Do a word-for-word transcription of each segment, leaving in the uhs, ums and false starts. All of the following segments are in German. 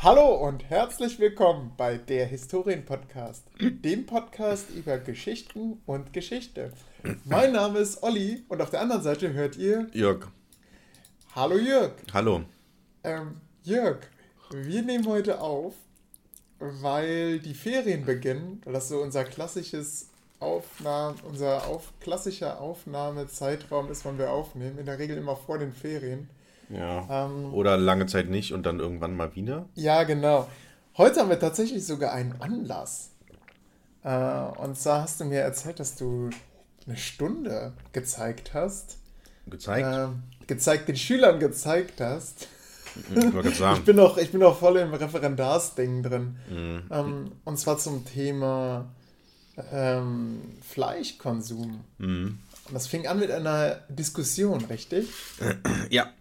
Hallo und herzlich willkommen bei der Historien-Podcast, dem Podcast über Geschichten und Geschichte. Mein Name ist Olli und auf der anderen Seite hört ihr Jörg. Hallo Jörg. Hallo. Ähm, Jörg, wir nehmen heute auf, weil die Ferien beginnen, weil das so unser klassisches Aufnahme, unser auf, klassischer Aufnahmezeitraum ist, wann wir aufnehmen, in der Regel immer vor den Ferien. Ja. Ähm, Oder lange Zeit nicht und dann irgendwann mal wieder. Ja, genau. Heute haben wir tatsächlich sogar einen Anlass. Äh, und zwar hast du mir erzählt, dass du eine Stunde gezeigt hast. Gezeigt? Äh, gezeigt, den Schülern gezeigt hast. Ich wollte sagen. Ich bin auch, ich bin auch voll im Referendarsding drin. Mhm. Ähm, und zwar zum Thema ähm, Fleischkonsum. Mhm. Und das fing an mit einer Diskussion, richtig? Ja.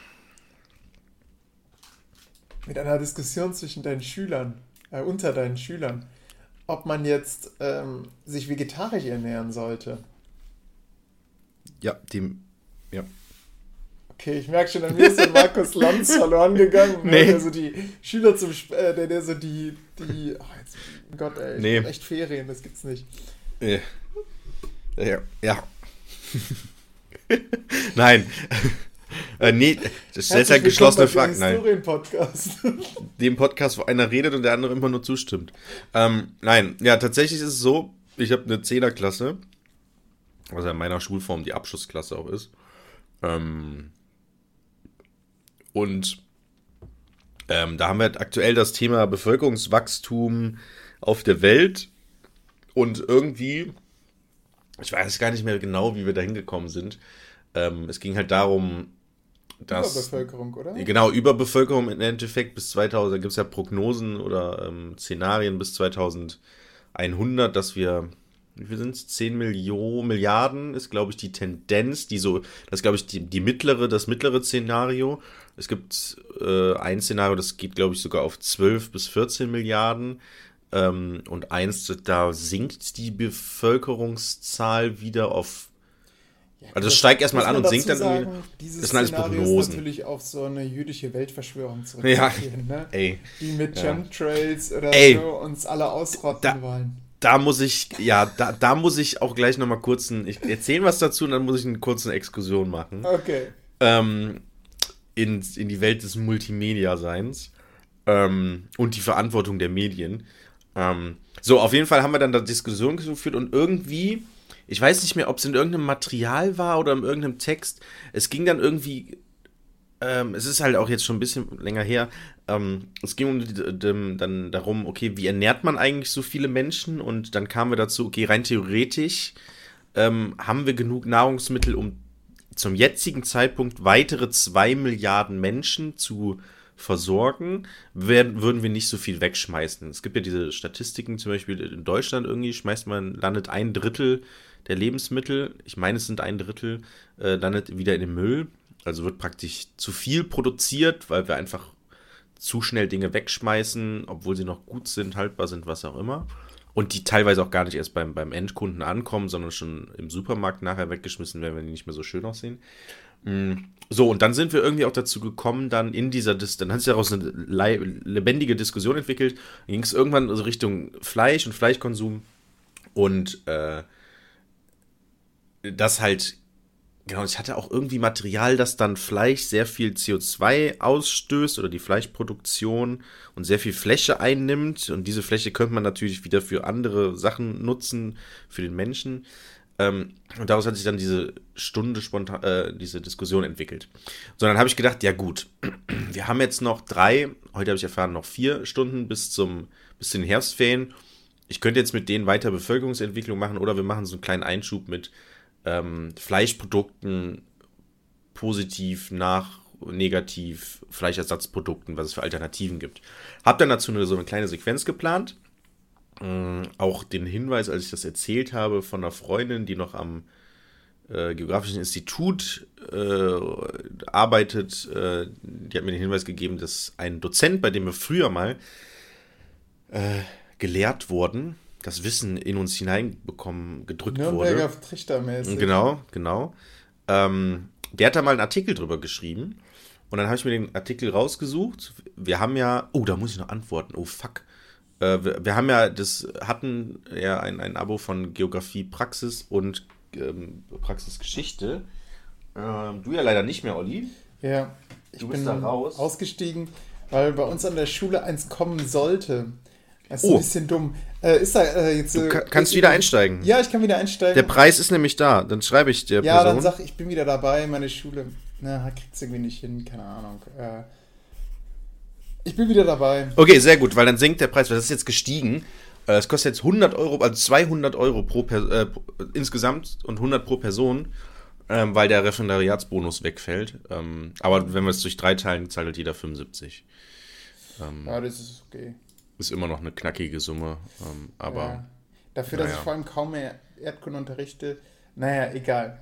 Mit einer Diskussion zwischen deinen Schülern, äh, unter deinen Schülern, ob man jetzt ähm, sich vegetarisch ernähren sollte. Ja, dem, ja. Okay, ich merke schon, an mir ist der Markus Lanz verloren gegangen, nee. der so die Schüler zum, äh, der, der so die, die, oh jetzt, Gott ey, ich nee. hab echt Ferien, das gibt's nicht. Ja. Ja. ja. Nein. Äh, nee, das ist halt geschlossene Fragen. Nein. Historien-Podcast. Dem Podcast, wo einer redet und der andere immer nur zustimmt. Ähm, nein, ja, tatsächlich ist es so, ich habe eine Zehnerklasse, was ja in meiner Schulform die Abschlussklasse auch ist. Ähm, und ähm, da haben wir aktuell das Thema Bevölkerungswachstum auf der Welt und irgendwie, ich weiß gar nicht mehr genau, wie wir da hingekommen sind. Ähm, es ging halt darum, dass... Überbevölkerung, oder? Genau, Überbevölkerung im Endeffekt bis zweitausend, da gibt es ja Prognosen oder ähm, Szenarien bis zweitausendeinhundert, dass wir, wie viel sind es? zehn Millionen, Milliarden ist, glaube ich, die Tendenz, die so, das ist, glaube ich, die, die mittlere, das mittlere Szenario. Es gibt äh, ein Szenario, das geht, glaube ich, sogar auf zwölf bis vierzehn Milliarden. Ähm, und eins, da sinkt die Bevölkerungszahl wieder auf... Ja, also es steigt erstmal an und sinkt dann sagen, irgendwie. Dieses das sind alles Szenario Prognosen. Ist natürlich auf so eine jüdische Weltverschwörung zurückzuführen, ja, ne? Ey. Die mit ja. Chemtrails oder ey. so uns alle ausrotten da, wollen. Da muss ich, ja, da, da muss ich auch gleich nochmal kurz ein, ich erzähle was dazu und dann muss ich eine kurze Exkursion machen. Okay. Ähm, in, in die Welt des Multimedia-Seins ähm, und die Verantwortung der Medien. Ähm, so, auf jeden Fall haben wir dann da Diskussionen geführt und irgendwie, ich weiß nicht mehr, ob es in irgendeinem Material war oder in irgendeinem Text, es ging dann irgendwie, ähm, es ist halt auch jetzt schon ein bisschen länger her, ähm, es ging um die, die, dann darum, okay, wie ernährt man eigentlich so viele Menschen und dann kamen wir dazu, okay, rein theoretisch ähm, haben wir genug Nahrungsmittel, um zum jetzigen Zeitpunkt weitere zwei Milliarden Menschen zu versorgen, werden, würden wir nicht so viel wegschmeißen. Es gibt ja diese Statistiken, zum Beispiel in Deutschland irgendwie schmeißt man, landet ein Drittel der Lebensmittel, ich meine es sind ein Drittel, äh, landet wieder in den Müll. Also wird praktisch zu viel produziert, weil wir einfach zu schnell Dinge wegschmeißen, obwohl sie noch gut sind, haltbar sind, was auch immer. Und die teilweise auch gar nicht erst beim, beim Endkunden ankommen, sondern schon im Supermarkt nachher weggeschmissen werden, wenn die nicht mehr so schön aussehen. So, und dann sind wir irgendwie auch dazu gekommen, dann in dieser, Dis- dann hat sich daraus eine lebendige Diskussion entwickelt. Dann ging es irgendwann so Richtung Fleisch und Fleischkonsum und äh, das halt, genau, ich hatte auch irgendwie Material, dass dann Fleisch sehr viel C O zwei ausstößt oder die Fleischproduktion und sehr viel Fläche einnimmt und diese Fläche könnte man natürlich wieder für andere Sachen nutzen, für den Menschen. Ähm, und daraus hat sich dann diese Stunde spontan, äh, diese Diskussion entwickelt. So, dann habe ich gedacht, ja gut, wir haben jetzt noch drei, heute habe ich erfahren, noch vier Stunden bis zum, bis zu den Herbstferien. Ich könnte jetzt mit denen weiter Bevölkerungsentwicklung machen oder wir machen so einen kleinen Einschub mit ähm, Fleischprodukten, positiv, nach, negativ, Fleischersatzprodukten, was es für Alternativen gibt. Hab dann dazu eine, so eine kleine Sequenz geplant. Ähm, auch den Hinweis, als ich das erzählt habe, von einer Freundin, die noch am äh, Geografischen Institut äh, arbeitet, äh, die hat mir den Hinweis gegeben, dass ein Dozent, bei dem wir früher mal äh, gelehrt wurden, das Wissen in uns hineinbekommen, gedrückt Nürnberger wurde. Trichtermäßig. Genau, genau. Ähm, der hat da mal einen Artikel drüber geschrieben Und dann habe ich mir den Artikel rausgesucht. Wir haben ja, oh, da muss ich noch antworten. Oh, fuck. Äh, wir, wir haben ja, das hatten ja ein, ein Abo von Geografie Praxis und ähm, Praxis Geschichte. Ähm, du ja leider nicht mehr, Olli. Ja, ich Du bist bin da raus. ausgestiegen, weil bei uns an der Schule eins kommen sollte. Das ist Oh. ein bisschen dumm. Äh, ist da äh, jetzt... Du äh, ka- kannst äh, wieder einsteigen. Ja, ich kann wieder einsteigen. Der Preis ist nämlich da. Dann schreibe ich der Ja, Person. dann sag ich, bin wieder dabei, meine Schule. Na, kriegt's irgendwie nicht hin, keine Ahnung. Äh, ich bin wieder dabei. Okay, sehr gut, weil dann sinkt der Preis, weil das ist jetzt gestiegen. Äh, Es kostet jetzt hundert Euro, also zweihundert Euro pro per, äh, pro- insgesamt und hundert pro Person, ähm, weil der Referendariatsbonus wegfällt. Ähm, aber wenn wir es durch drei teilen, zahlt halt jeder fünfundsiebzig. Ähm, Ja, das ist okay. Ist immer noch eine knackige Summe, ähm, aber Ja. Dafür, dass naja. ich vor allem kaum mehr Erdkunde unterrichte. Naja, egal.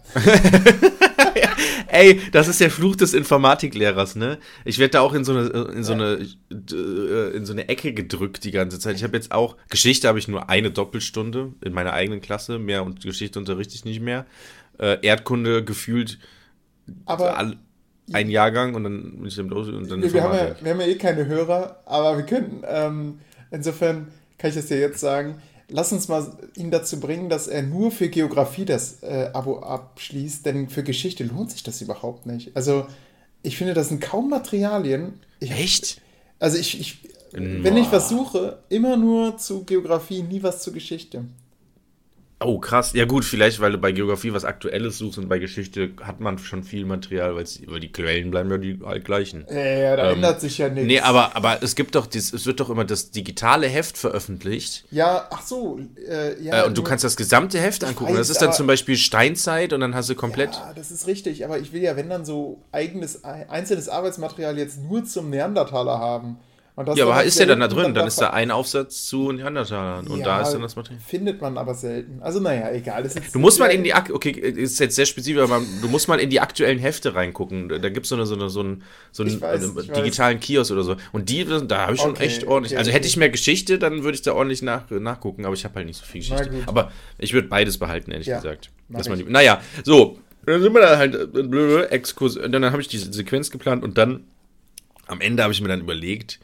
ey, das ist der Fluch des Informatiklehrers, ne? Ich werde da auch in so eine in so eine äh, in so eine Ecke gedrückt die ganze Zeit. Ich habe jetzt auch Geschichte habe ich nur eine Doppelstunde in meiner eigenen Klasse, mehr und Geschichte unterrichte ich nicht mehr. Äh, Erdkunde gefühlt Aber all, ein Jahrgang und dann bin ich dann los und dann wir, wir, haben ja, Informatik. wir haben ja eh keine Hörer, aber wir könnten, ähm, insofern kann ich das ja jetzt sagen, lass uns mal ihn dazu bringen, dass er nur für Geografie das äh, Abo abschließt, denn für Geschichte lohnt sich das überhaupt nicht. Also ich finde, das sind kaum Materialien. Ich, Echt? Also ich, ich wenn ich was suche, immer nur zu Geografie, nie was zu Geschichte. Oh, krass. Ja gut, vielleicht, weil du bei Geografie was Aktuelles suchst und bei Geschichte hat man schon viel Material, weil's, weil die Quellen bleiben ja die gleichen. Ja, ja, da Ähm, ändert sich ja nichts. Nee, aber, aber es gibt doch, dies, es wird doch immer das digitale Heft veröffentlicht. Ja, ach so. Äh, ja, Äh, und du nur- kannst das gesamte Heft angucken. weiß, Das ist dann aber- zum Beispiel Steinzeit und dann hast du komplett. Ja, das ist richtig, aber ich will ja, wenn dann so eigenes, einzelnes Arbeitsmaterial jetzt nur zum Neandertaler haben. Und das Ja, aber dann ist ja dann da hinten drin. Dann ist da ver- ein Aufsatz zu Neandertalern. Und Ja, da ist dann das Material. findet man aber selten. Also naja, egal. Das ist Du musst mal ja- in die, Ak- okay, ist jetzt sehr spezifisch, aber du musst mal in die aktuellen Hefte reingucken. Da gibt es so, eine, so, eine, so einen, so einen Ich weiß, einen ich digitalen Kiosk oder so. Und die, da habe ich schon Okay, echt ordentlich. okay, also hätte okay. ich mehr Geschichte, dann würde ich da ordentlich nach, nachgucken, aber ich habe halt nicht so viel Na Geschichte. gut. Aber ich würde beides behalten, ehrlich Ja, gesagt. mach Dass man ich. die, naja, so, dann sind wir da halt, äh, blöde Exkurs. Und dann habe ich diese Sequenz geplant und dann am Ende habe ich mir dann überlegt,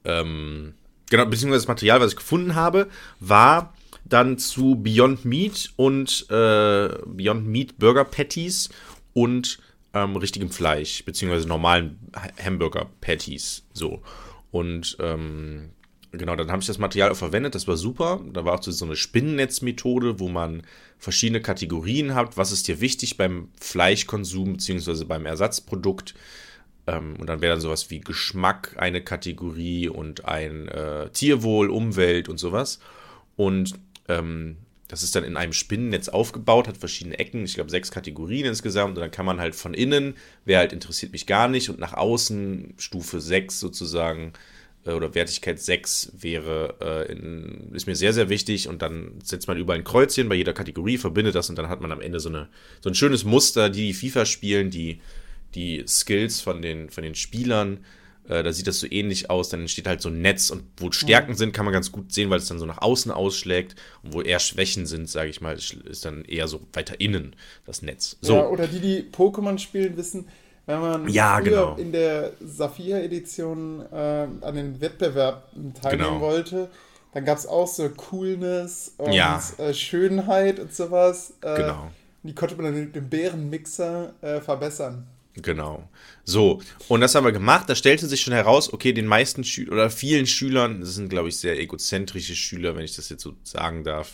ähm, genau, beziehungsweise das Material, was ich gefunden habe, war dann zu Beyond Meat und äh, Beyond Meat Burger Patties und ähm, richtigem Fleisch, beziehungsweise normalen Hamburger Patties. So. Und ähm, genau, dann habe ich das Material auch verwendet, das war super. Da war auch so eine Spinnennetzmethode, wo man verschiedene Kategorien hat. Was ist dir wichtig beim Fleischkonsum, beziehungsweise beim Ersatzprodukt? Ähm, und dann wäre dann sowas wie Geschmack eine Kategorie und ein äh, Tierwohl, Umwelt und sowas. Und ähm, das ist dann in einem Spinnennetz aufgebaut, hat verschiedene Ecken, ich glaube sechs Kategorien insgesamt. Und dann kann man halt von innen, wer halt interessiert mich gar nicht, und nach außen Stufe sechs sozusagen, äh, oder Wertigkeit sechs wäre, äh, in, ist mir sehr, sehr wichtig. Und dann setzt man überall ein Kreuzchen bei jeder Kategorie, verbindet das und dann hat man am Ende so, eine, so ein schönes Muster, die, die FIFA spielen, die die Skills von den, von den Spielern, äh, da sieht das so ähnlich aus, dann entsteht halt so ein Netz und wo Stärken sind, kann man ganz gut sehen, weil es dann so nach außen ausschlägt und wo eher Schwächen sind, sage ich mal, ist dann eher so weiter innen das Netz. So. Ja, oder die, die Pokémon spielen, wissen, wenn man Ja, früher genau. in der Saphir-Edition äh, an den Wettbewerben teilnehmen Genau. wollte, dann gab es auch so Coolness und Ja. äh, Schönheit und sowas. Äh, Genau. Die konnte man dann mit dem Bärenmixer äh, verbessern. Genau. So, und das haben wir gemacht. Da stellte sich schon heraus, okay, den meisten Schülern oder vielen Schülern, das sind, glaube ich, sehr egozentrische Schüler, wenn ich das jetzt so sagen darf,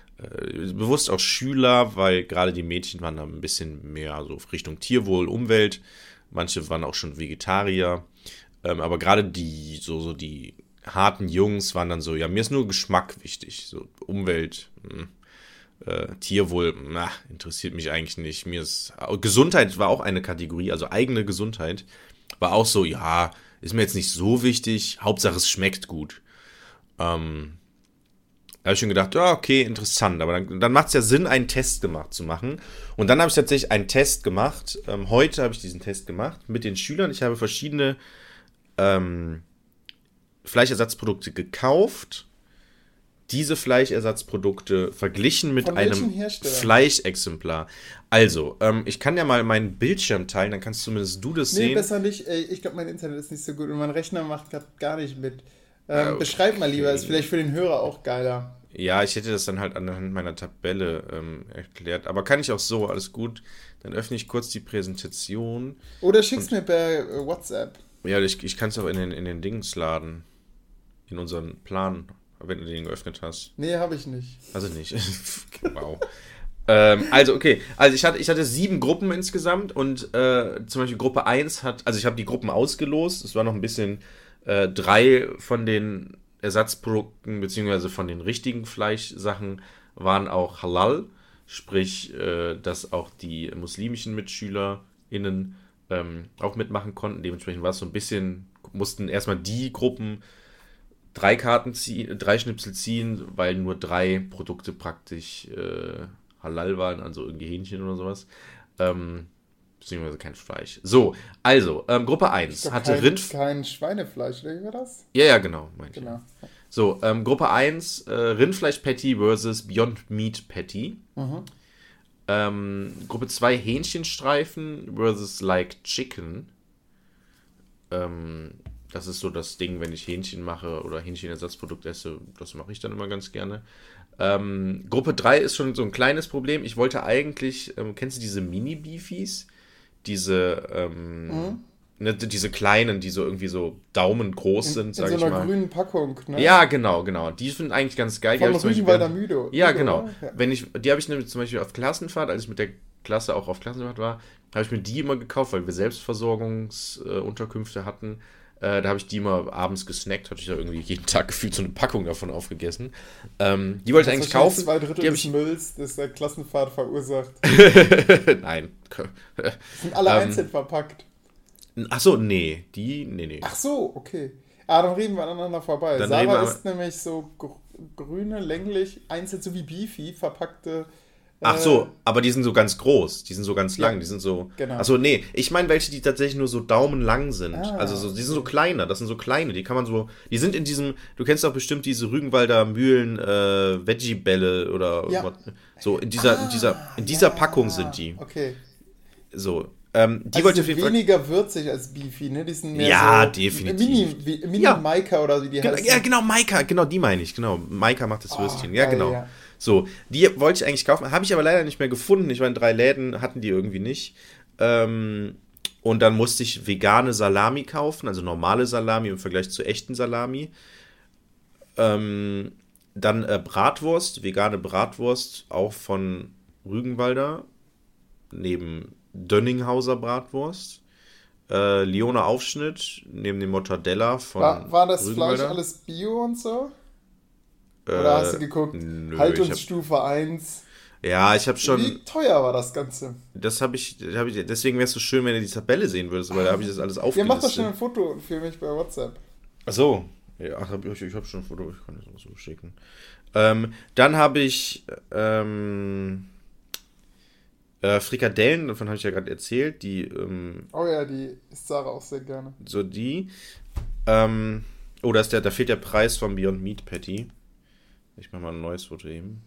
äh, bewusst auch Schüler, weil gerade die Mädchen waren da ein bisschen mehr so Richtung Tierwohl, Umwelt. Manche waren auch schon Vegetarier. Ähm, aber gerade die, so, so die harten Jungs waren dann so, ja, mir ist nur Geschmack wichtig. So Umwelt, mh. Äh, Tierwohl, na, interessiert mich eigentlich nicht. Mir ist Gesundheit war auch eine Kategorie, also eigene Gesundheit war auch so, ja, ist mir jetzt nicht so wichtig. Hauptsache es schmeckt gut. Ähm, da habe ich schon gedacht, ja, okay, interessant. Aber dann, dann macht es ja Sinn, einen Test gemacht zu machen. Und dann habe ich tatsächlich einen Test gemacht. Ähm, heute habe ich diesen Test gemacht mit den Schülern. Ich habe verschiedene ähm, Fleischersatzprodukte gekauft diese Fleischersatzprodukte verglichen mit Von welchem einem Hersteller? Fleischexemplar. Also, ähm, ich kann ja mal meinen Bildschirm teilen, dann kannst zumindest du das Nee, sehen. besser nicht. Ey, ich glaube, mein Internet ist nicht so gut und mein Rechner macht gerade gar nicht mit. Ähm, Ah, okay. Beschreib mal lieber, ist vielleicht für den Hörer auch geiler. Ja, ich hätte das dann halt anhand meiner Tabelle ähm, erklärt. Aber kann ich auch so, alles gut. Dann öffne ich kurz die Präsentation. Oder schick's mir per äh, WhatsApp. Ja, ich, ich kann es auch in den, in den Dings laden. In unseren Plan, wenn du den geöffnet hast. Nee, habe ich nicht. Also nicht. Wow. ähm, also, okay. Also, ich hatte, ich hatte sieben Gruppen insgesamt und äh, zum Beispiel Gruppe eins hat, also ich habe die Gruppen ausgelost. Es war noch ein bisschen, äh, drei von den Ersatzprodukten, beziehungsweise von den richtigen Fleischsachen, waren auch Halal. Sprich, äh, dass auch die muslimischen MitschülerInnen ähm, auch mitmachen konnten. Dementsprechend war es so ein bisschen, mussten erstmal die Gruppen drei Karten ziehen, drei Schnipsel ziehen, weil nur drei Produkte praktisch äh, halal waren, also irgendwie Hähnchen oder sowas. Ähm, beziehungsweise kein Fleisch. So, also, ähm, Gruppe eins Doch hatte kein, Rind... kein Schweinefleisch, oder wie war das? Ja, ja, genau. Meinte ich. Genau. So, ähm, Gruppe eins, äh, Rindfleisch-Patty versus Beyond Meat Patty. Mhm. Ähm, Gruppe zwei, Hähnchenstreifen versus Like Chicken. Ähm, das ist so das Ding, wenn ich Hähnchen mache oder Hähnchenersatzprodukt esse, das mache ich dann immer ganz gerne. Ähm, Gruppe drei ist schon so ein kleines Problem. Ich wollte eigentlich, ähm, kennst du diese Mini-Beefies? Diese, ähm, Mhm. ne, diese kleinen, die so irgendwie so daumengroß In, sind, in sage so ich einer mal. grünen Packung, ne? Ja, genau, genau. Die sind eigentlich ganz geil. Die Von hab ich zum Beispiel Rügenwalder während- Müde. Ja, Müde, genau. oder? Ja. Wenn ich, die habe ich nämlich zum Beispiel auf Klassenfahrt, als ich mit der Klasse auch auf Klassenfahrt war, habe ich mir die immer gekauft, weil wir Selbstversorgungsunterkünfte hatten. Äh, da habe ich die immer abends gesnackt, hatte ich da irgendwie jeden Tag gefühlt so eine Packung davon aufgegessen. Ähm, die wollte ich Das eigentlich ist wahrscheinlich kaufen. Zwei Drittel Die hab des ich, Mülls, das der Klassenfahrt verursacht. nein. Sind alle Ähm, einzeln verpackt. Ach so, nee. Die, nee, nee. Ach so, okay. Ah, dann reden wir aneinander vorbei. Dann reden Sarah wir- ist nämlich so gr grüne, länglich, einzeln so wie Beefy, verpackte. Ach äh, so, aber die sind so ganz groß, die sind so ganz Ja, lang, die sind so... genau. Ach so, nee, ich meine welche, die tatsächlich nur so daumenlang sind. Ah, Also so, die sind so kleiner, das sind so kleine, die kann man so... Die sind in diesem, du kennst doch bestimmt diese Rügenwalder Mühlen äh, Veggie-Bälle oder Ja. was, so in dieser, in dieser, in dieser ja, Packung sind die. Okay. So, ähm, die Also wollte die ich auf sind jeden Fall... weniger würzig als Beefy, ne? Die sind mehr Ja, so definitiv. Mini, wie, Mini Ja. Maika oder wie die Genau, heißen. ja, genau, Maika, genau, die meine ich, genau. Maika macht das Ah, Würstchen, ja, geil, genau. ja. So, die wollte ich eigentlich kaufen, habe ich aber leider nicht mehr gefunden. Ich war in drei Läden, hatten die irgendwie nicht. Ähm, und dann musste ich vegane Salami kaufen, also normale Salami im Vergleich zu echten Salami. Ähm, dann äh, Bratwurst, vegane Bratwurst, auch von Rügenwalder, neben Dönninghauser Bratwurst. Äh, Lioner Aufschnitt, neben dem Mortadella von War, war das Fleisch Rügenwalder. alles Bio und so? Oder hast du geguckt, nö, ich Haltungsstufe eins? Ja, ich habe schon, Wie teuer war das Ganze? das habe ich, hab ich, deswegen wäre es so schön, wenn du die Tabelle sehen würdest, weil da habe ich das alles Ja, aufgelistet. mach doch schnell ein Foto für mich bei WhatsApp. Ach so. Ja, ach, hab ich, ich habe schon ein Foto, ich kann das auch so schicken. Ähm, dann habe ich ähm, äh, Frikadellen, davon habe ich ja gerade erzählt, die, ähm, Oh ja, die isst Sarah auch sehr gerne. so die. Ähm, oh, da, ist der, da fehlt der Preis vom Beyond Meat Patty. Ich mache mal ein neues Foto eben.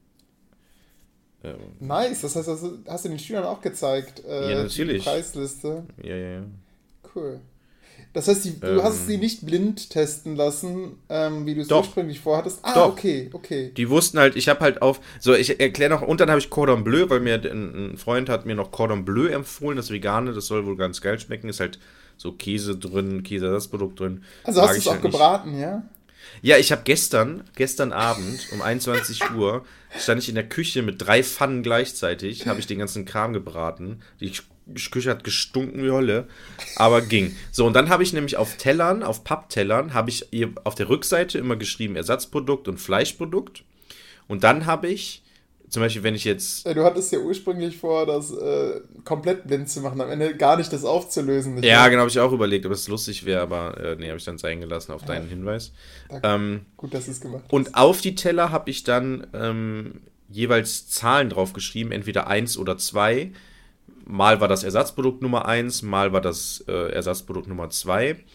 Ähm, Nice, das heißt, das hast du den Schülern auch gezeigt. Äh, Ja, natürlich. Die Preisliste. ja, ja, ja. Cool. Das heißt, die, du Ähm. hast sie nicht blind testen lassen, ähm, wie du es Doch. ursprünglich vorhattest. Ah, Doch. okay, okay. Die wussten halt, ich habe halt auf, so ich erkläre noch, und dann habe ich Cordon Bleu, weil mir ein, ein Freund hat mir noch Cordon Bleu empfohlen, das Vegane, das soll wohl ganz geil schmecken, ist halt so Käse drin, Käseersatzprodukt drin. Also Mag hast du ich es auch halt nicht. gebraten, ja? Ja, ich habe gestern, gestern Abend um einundzwanzig Uhr, stand ich in der Küche mit drei Pfannen gleichzeitig, habe ich den ganzen Kram gebraten. Die K- Küche hat gestunken wie Hölle, aber ging. So, und dann habe ich nämlich auf Tellern, auf Papptellern, habe ich ihr auf der Rückseite immer geschrieben Ersatzprodukt und Fleischprodukt. Und dann habe ich, zum Beispiel, wenn ich jetzt Äh, Du hattest ja ursprünglich vor, das äh, komplett blind zu machen, am Ende gar nicht das aufzulösen. Nicht Ja, wahr? genau, habe ich auch überlegt, ob es lustig wäre, aber äh, nee, habe ich dann sein gelassen auf deinen Hinweis. Danke. Ähm, Gut, dass du es gemacht hast. und auf die Teller habe ich dann ähm, jeweils Zahlen drauf geschrieben, entweder eins oder zwei. Mal war das Ersatzprodukt Nummer eins, mal war das äh, Ersatzprodukt Nummer zwei.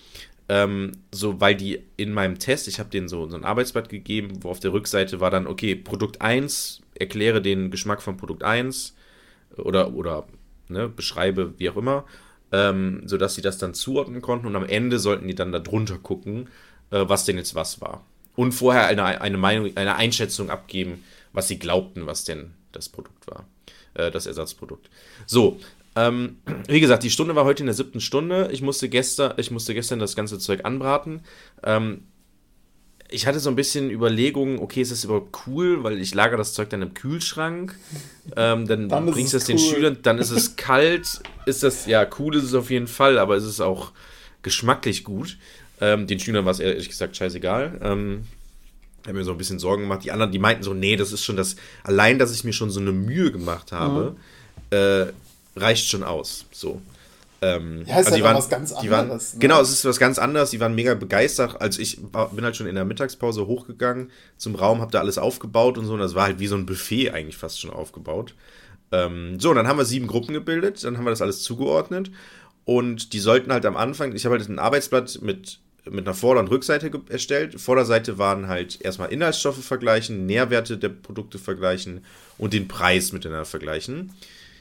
ähm, so, weil die in meinem Test, ich habe denen so, so ein Arbeitsblatt gegeben, wo auf der Rückseite war dann, okay, Produkt eins, erkläre den Geschmack von Produkt eins oder, oder ne, beschreibe, wie auch immer, ähm, sodass sie das dann zuordnen konnten und am Ende sollten die dann da drunter gucken, äh, was denn jetzt was war. Und vorher eine, eine Meinung, eine Einschätzung abgeben, was sie glaubten, was denn das Produkt war, äh, das Ersatzprodukt. So, ähm, wie gesagt, die Stunde war heute in der siebten Stunde. Ich musste gestern, ich musste gestern das ganze Zeug anbraten. Ähm, ich hatte so ein bisschen Überlegungen, okay, ist das überhaupt cool, weil ich lagere das Zeug dann im Kühlschrank, ähm, dann, dann bringst du es cool. den Schülern, dann ist es kalt, ist das, ja, cool ist es auf jeden Fall, aber es ist auch geschmacklich gut. Ähm, den Schülern war es ehrlich gesagt scheißegal. Ähm, ich habe mir so ein bisschen Sorgen gemacht. Die anderen, die meinten so, nee, das ist schon das, allein, dass ich mir schon so eine Mühe gemacht habe, mhm. äh, reicht schon aus. So. Ähm, ja, ist also halt die waren, was ganz die waren, anderes. Ne? Genau, es ist was ganz anderes. Die waren mega begeistert. Also ich war, bin halt schon in der Mittagspause hochgegangen zum Raum, habe da alles aufgebaut und so. Und das war halt wie so ein Buffet eigentlich fast schon aufgebaut. Ähm, so, und dann haben wir sieben Gruppen gebildet. Dann haben wir das alles zugeordnet. Und die sollten halt am Anfang, ich habe halt ein Arbeitsblatt mit, mit einer Vorder- und Rückseite ge- erstellt. Vorderseite waren halt erstmal Inhaltsstoffe vergleichen, Nährwerte der Produkte vergleichen und den Preis miteinander vergleichen.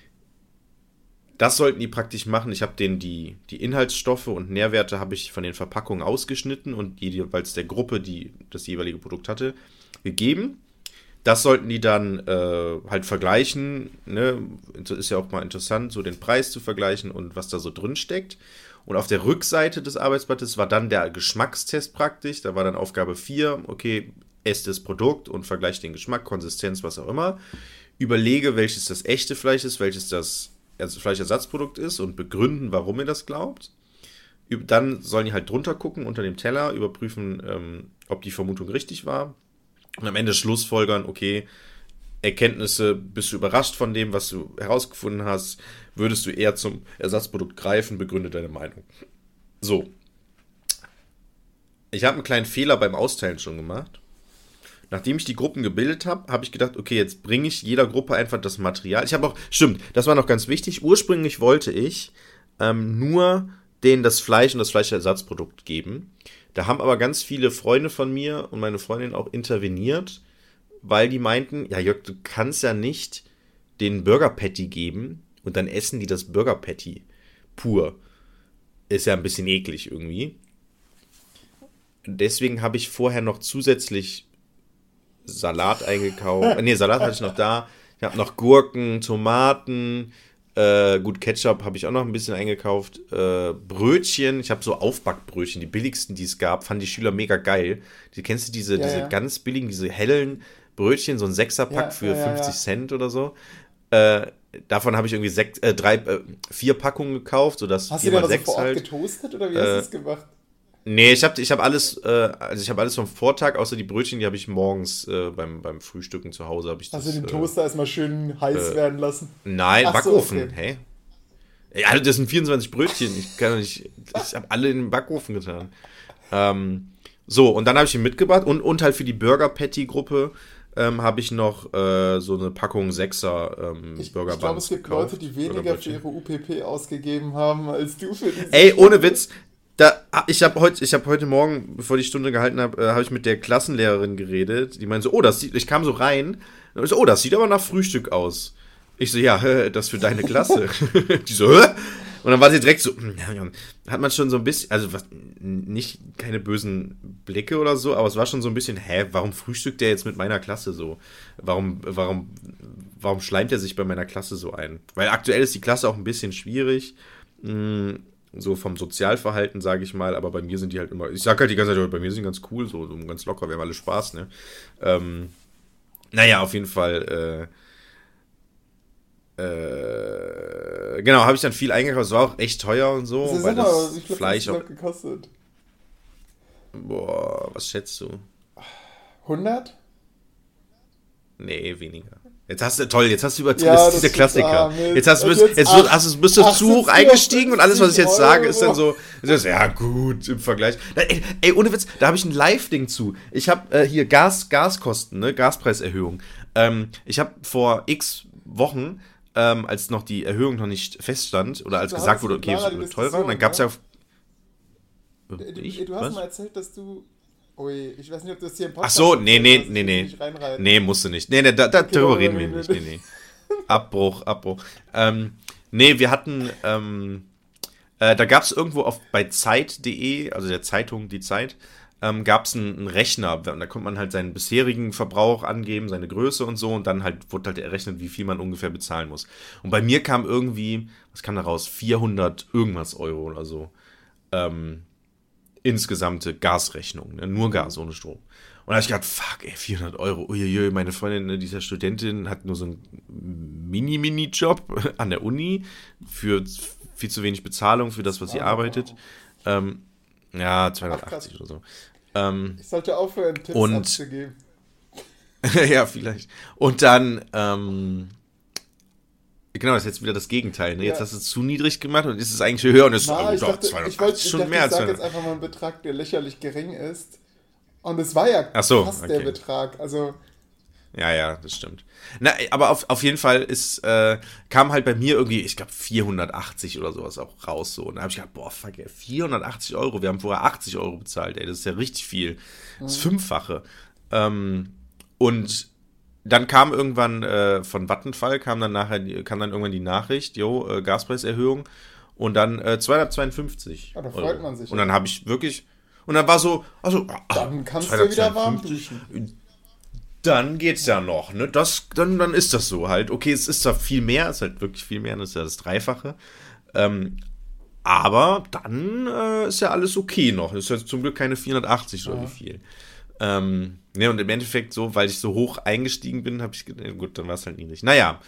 Das sollten die praktisch machen. Ich habe denen die, die Inhaltsstoffe und Nährwerte habe ich von den Verpackungen ausgeschnitten und jeweils der Gruppe, die das jeweilige Produkt hatte, gegeben. Das sollten die dann äh, halt vergleichen. Ne? Ist ja auch mal interessant, so den Preis zu vergleichen und was da so drin steckt. Und auf der Rückseite des Arbeitsblattes war dann der Geschmackstest praktisch. Da war dann Aufgabe vier, okay, esst das Produkt und vergleicht den Geschmack, Konsistenz, was auch immer. Überlege, welches das echte Fleisch ist, welches das Fleischersatzprodukt ist und begründen, warum ihr das glaubt. Dann sollen die halt drunter gucken, unter dem Teller, überprüfen, ähm, ob die Vermutung richtig war. Und am Ende schlussfolgern, okay, Erkenntnisse, bist du überrascht von dem, was du herausgefunden hast, würdest du eher zum Ersatzprodukt greifen, begründe deine Meinung. So. Ich habe einen kleinen Fehler beim Austeilen schon gemacht. Nachdem ich die Gruppen gebildet habe, habe ich gedacht, okay, jetzt bringe ich jeder Gruppe einfach das Material. Ich habe auch, stimmt, das war noch ganz wichtig. Ursprünglich wollte ich ähm, nur denen das Fleisch und das Fleischersatzprodukt geben. Da haben aber ganz viele Freunde von mir und meine Freundin auch interveniert, weil die meinten, ja Jörg, du kannst ja nicht den Burger Patty geben und dann essen die das Burger Patty pur. Ist ja ein bisschen eklig irgendwie. Deswegen habe ich vorher noch zusätzlich Salat eingekauft. Nee, Salat hatte ich noch da. Ich habe noch Gurken, Tomaten, äh, gut, Ketchup habe ich auch noch ein bisschen eingekauft. Äh, Brötchen, ich habe so Aufbackbrötchen, die billigsten, die es gab, fanden die Schüler mega geil. Die, kennst du diese, ja, diese ja. ganz billigen, diese hellen Brötchen, so ein Sechserpack ja, für ja, ja, fünfzig ja. Cent oder so. Äh, davon habe ich irgendwie sechs, äh, drei, äh, vier Packungen gekauft, sodass Hast du vier die mal dann so sechs vor Ort halt. getoastet oder wie Äh, hast du es gemacht? Nee, ich habe ich hab alles, äh, also ich habe alles vom Vortag, außer die Brötchen, die habe ich morgens äh, beim, beim Frühstücken zu Hause. Hab ich Hast das, du den äh, Toaster erstmal schön heiß äh, werden lassen? Nein, Ach so, Backofen, okay. hä? Ja, das sind vierundzwanzig Brötchen. Ich kann doch nicht, ich habe alle in den Backofen getan. Ähm, so, und dann habe ich ihn mitgebracht und, und halt für die Burger Patty Gruppe ähm, habe ich noch äh, so eine Packung Sechser ähm, Ich, Burger ich glaube, Buns es gibt gekauft. Leute, die weniger für Burgerbrötchen. ihre U P P ausgegeben haben, als du für diese Ey, ohne Stunde. Witz, da, ich habe heute, ich habe heute Morgen, bevor ich die Stunde gehalten habe, äh, habe ich mit der Klassenlehrerin geredet. Die meinte so, oh, das sieht, ich kam so rein, und ich so, oh, das sieht aber nach Frühstück aus. Ich so, ja, hä, das für deine Klasse. Die so, hä? Und dann war sie direkt so, hat man schon so ein bisschen, also was, nicht keine bösen Blicke oder so, aber es war schon so ein bisschen, hä, warum frühstückt der jetzt mit meiner Klasse so? Warum, warum, warum schleimt er sich bei meiner Klasse so ein? Weil aktuell ist die Klasse auch ein bisschen schwierig, mh, so vom Sozialverhalten, sage ich mal, aber bei mir sind die halt immer, ich sag halt die ganze Zeit, bei mir sind die ganz cool, so, so ganz locker, wir haben alle Spaß, ne? Ähm, naja, auf jeden Fall, äh, äh, genau, habe ich dann viel eingekauft, es war auch echt teuer und so, Das ist weil immer, das ich glaube, Fleisch das auch, hat gekostet. boah, was schätzt du? hundert? Nee, weniger. Jetzt hast du, toll, jetzt hast du übertrieben, Ja, das ist das dieser ist- Klassiker. ah, Mist. Jetzt hast du, Und jetzt, jetzt jetzt, acht- hast du, bist du ach, zu hoch sind eingestiegen und alles, was ich jetzt vierundfünfzig sage, ist dann Euro. so, das ist, ja gut, im Vergleich. Da, ey, ey, ohne Witz, da habe ich ein Live-Ding zu. Ich habe äh, hier Gas, Gaskosten, ne, Gaspreiserhöhung. Ähm, ich habe vor x Wochen, ähm, als noch die Erhöhung noch nicht feststand, oder als Da gesagt hattest du wurde, mit okay, es Lara die wird teurer, Diskussion, dann gab es ne? ja, Ich? Du hast Was? mal erzählt, dass du... Ui, ich weiß nicht, ob du das hier im Ach Podcast... so, nee, nee, hast, nee, nee. nicht reinreiten. Nee, musst du nicht. Nee, nee, da, da, Okay, darüber nee, reden nee, wir nee, nicht. nee. Nee, nee. Abbruch, Abbruch. Ähm, nee, wir hatten, ähm, äh, da gab es irgendwo auf bei Zeit punkt de, also der Zeitung Die Zeit, ähm, gab es einen, einen Rechner. Und da konnte man halt seinen bisherigen Verbrauch angeben, seine Größe und so. Und dann halt wurde halt errechnet, wie viel man ungefähr bezahlen muss. Und bei mir kam irgendwie, was kam da raus? vierhundert irgendwas Euro oder so. Ähm, insgesamte Gasrechnung, ne? Nur Gas, ohne Strom. Und da habe ich gedacht, fuck, ey, vierhundert Euro, uiuiui, meine Freundin, ne, dieser Studentin, hat nur so einen Mini-Mini-Job an der Uni für viel zu wenig Bezahlung für das, was sie arbeitet. Ähm, ja, zweihundertachtzig Ach, oder so. Ähm, ich sollte aufhören, Tipps und- abzugeben. ja, vielleicht. Und dann, ähm, genau, das ist jetzt wieder das Gegenteil. Ne? Jetzt Ja. hast du es zu niedrig gemacht und ist es eigentlich höher und es ist Na, oh, ich doch, dachte, ich zweihundertachtzig wollte, ich schon dachte, mehr ich als sage jetzt zweihundert. einfach mal einen Betrag, der lächerlich gering ist. Und es war ja Ach so, fast okay. der Betrag. Also, Ja, ja, das stimmt. Na, aber auf, auf jeden Fall ist, äh, kam halt bei mir irgendwie, ich glaube, vierhundertachtzig oder sowas auch raus. So. Und da habe ich gedacht, boah, fuck, ey, vierhundertachtzig Euro, wir haben vorher achtzig Euro bezahlt, ey, das ist ja richtig viel. Das ist Fünffache. Ähm, und dann kam irgendwann äh, von Vattenfall, kam dann nachher, die- kam dann irgendwann die Nachricht, jo, äh, Gaspreiserhöhung. Und dann äh, zweihundertzweiundfünfzig. Ja, da freut Euro. man sich, Und ja. dann habe ich wirklich, und dann war so, also, ah, dann kannst du wieder warm duschen. dann geht's ja noch, ne? Das, dann, dann ist das so halt. Okay, es ist zwar viel mehr, es ist halt wirklich viel mehr, das ist ja das Dreifache. Ähm, aber dann äh, ist ja alles okay noch. Das ist ja zum Glück keine vierhundertachtzig oder Ja. wie viel. Ähm, ne, und im Endeffekt so, weil ich so hoch eingestiegen bin, habe ich gedacht, gut, dann war es halt niedrig. Naja.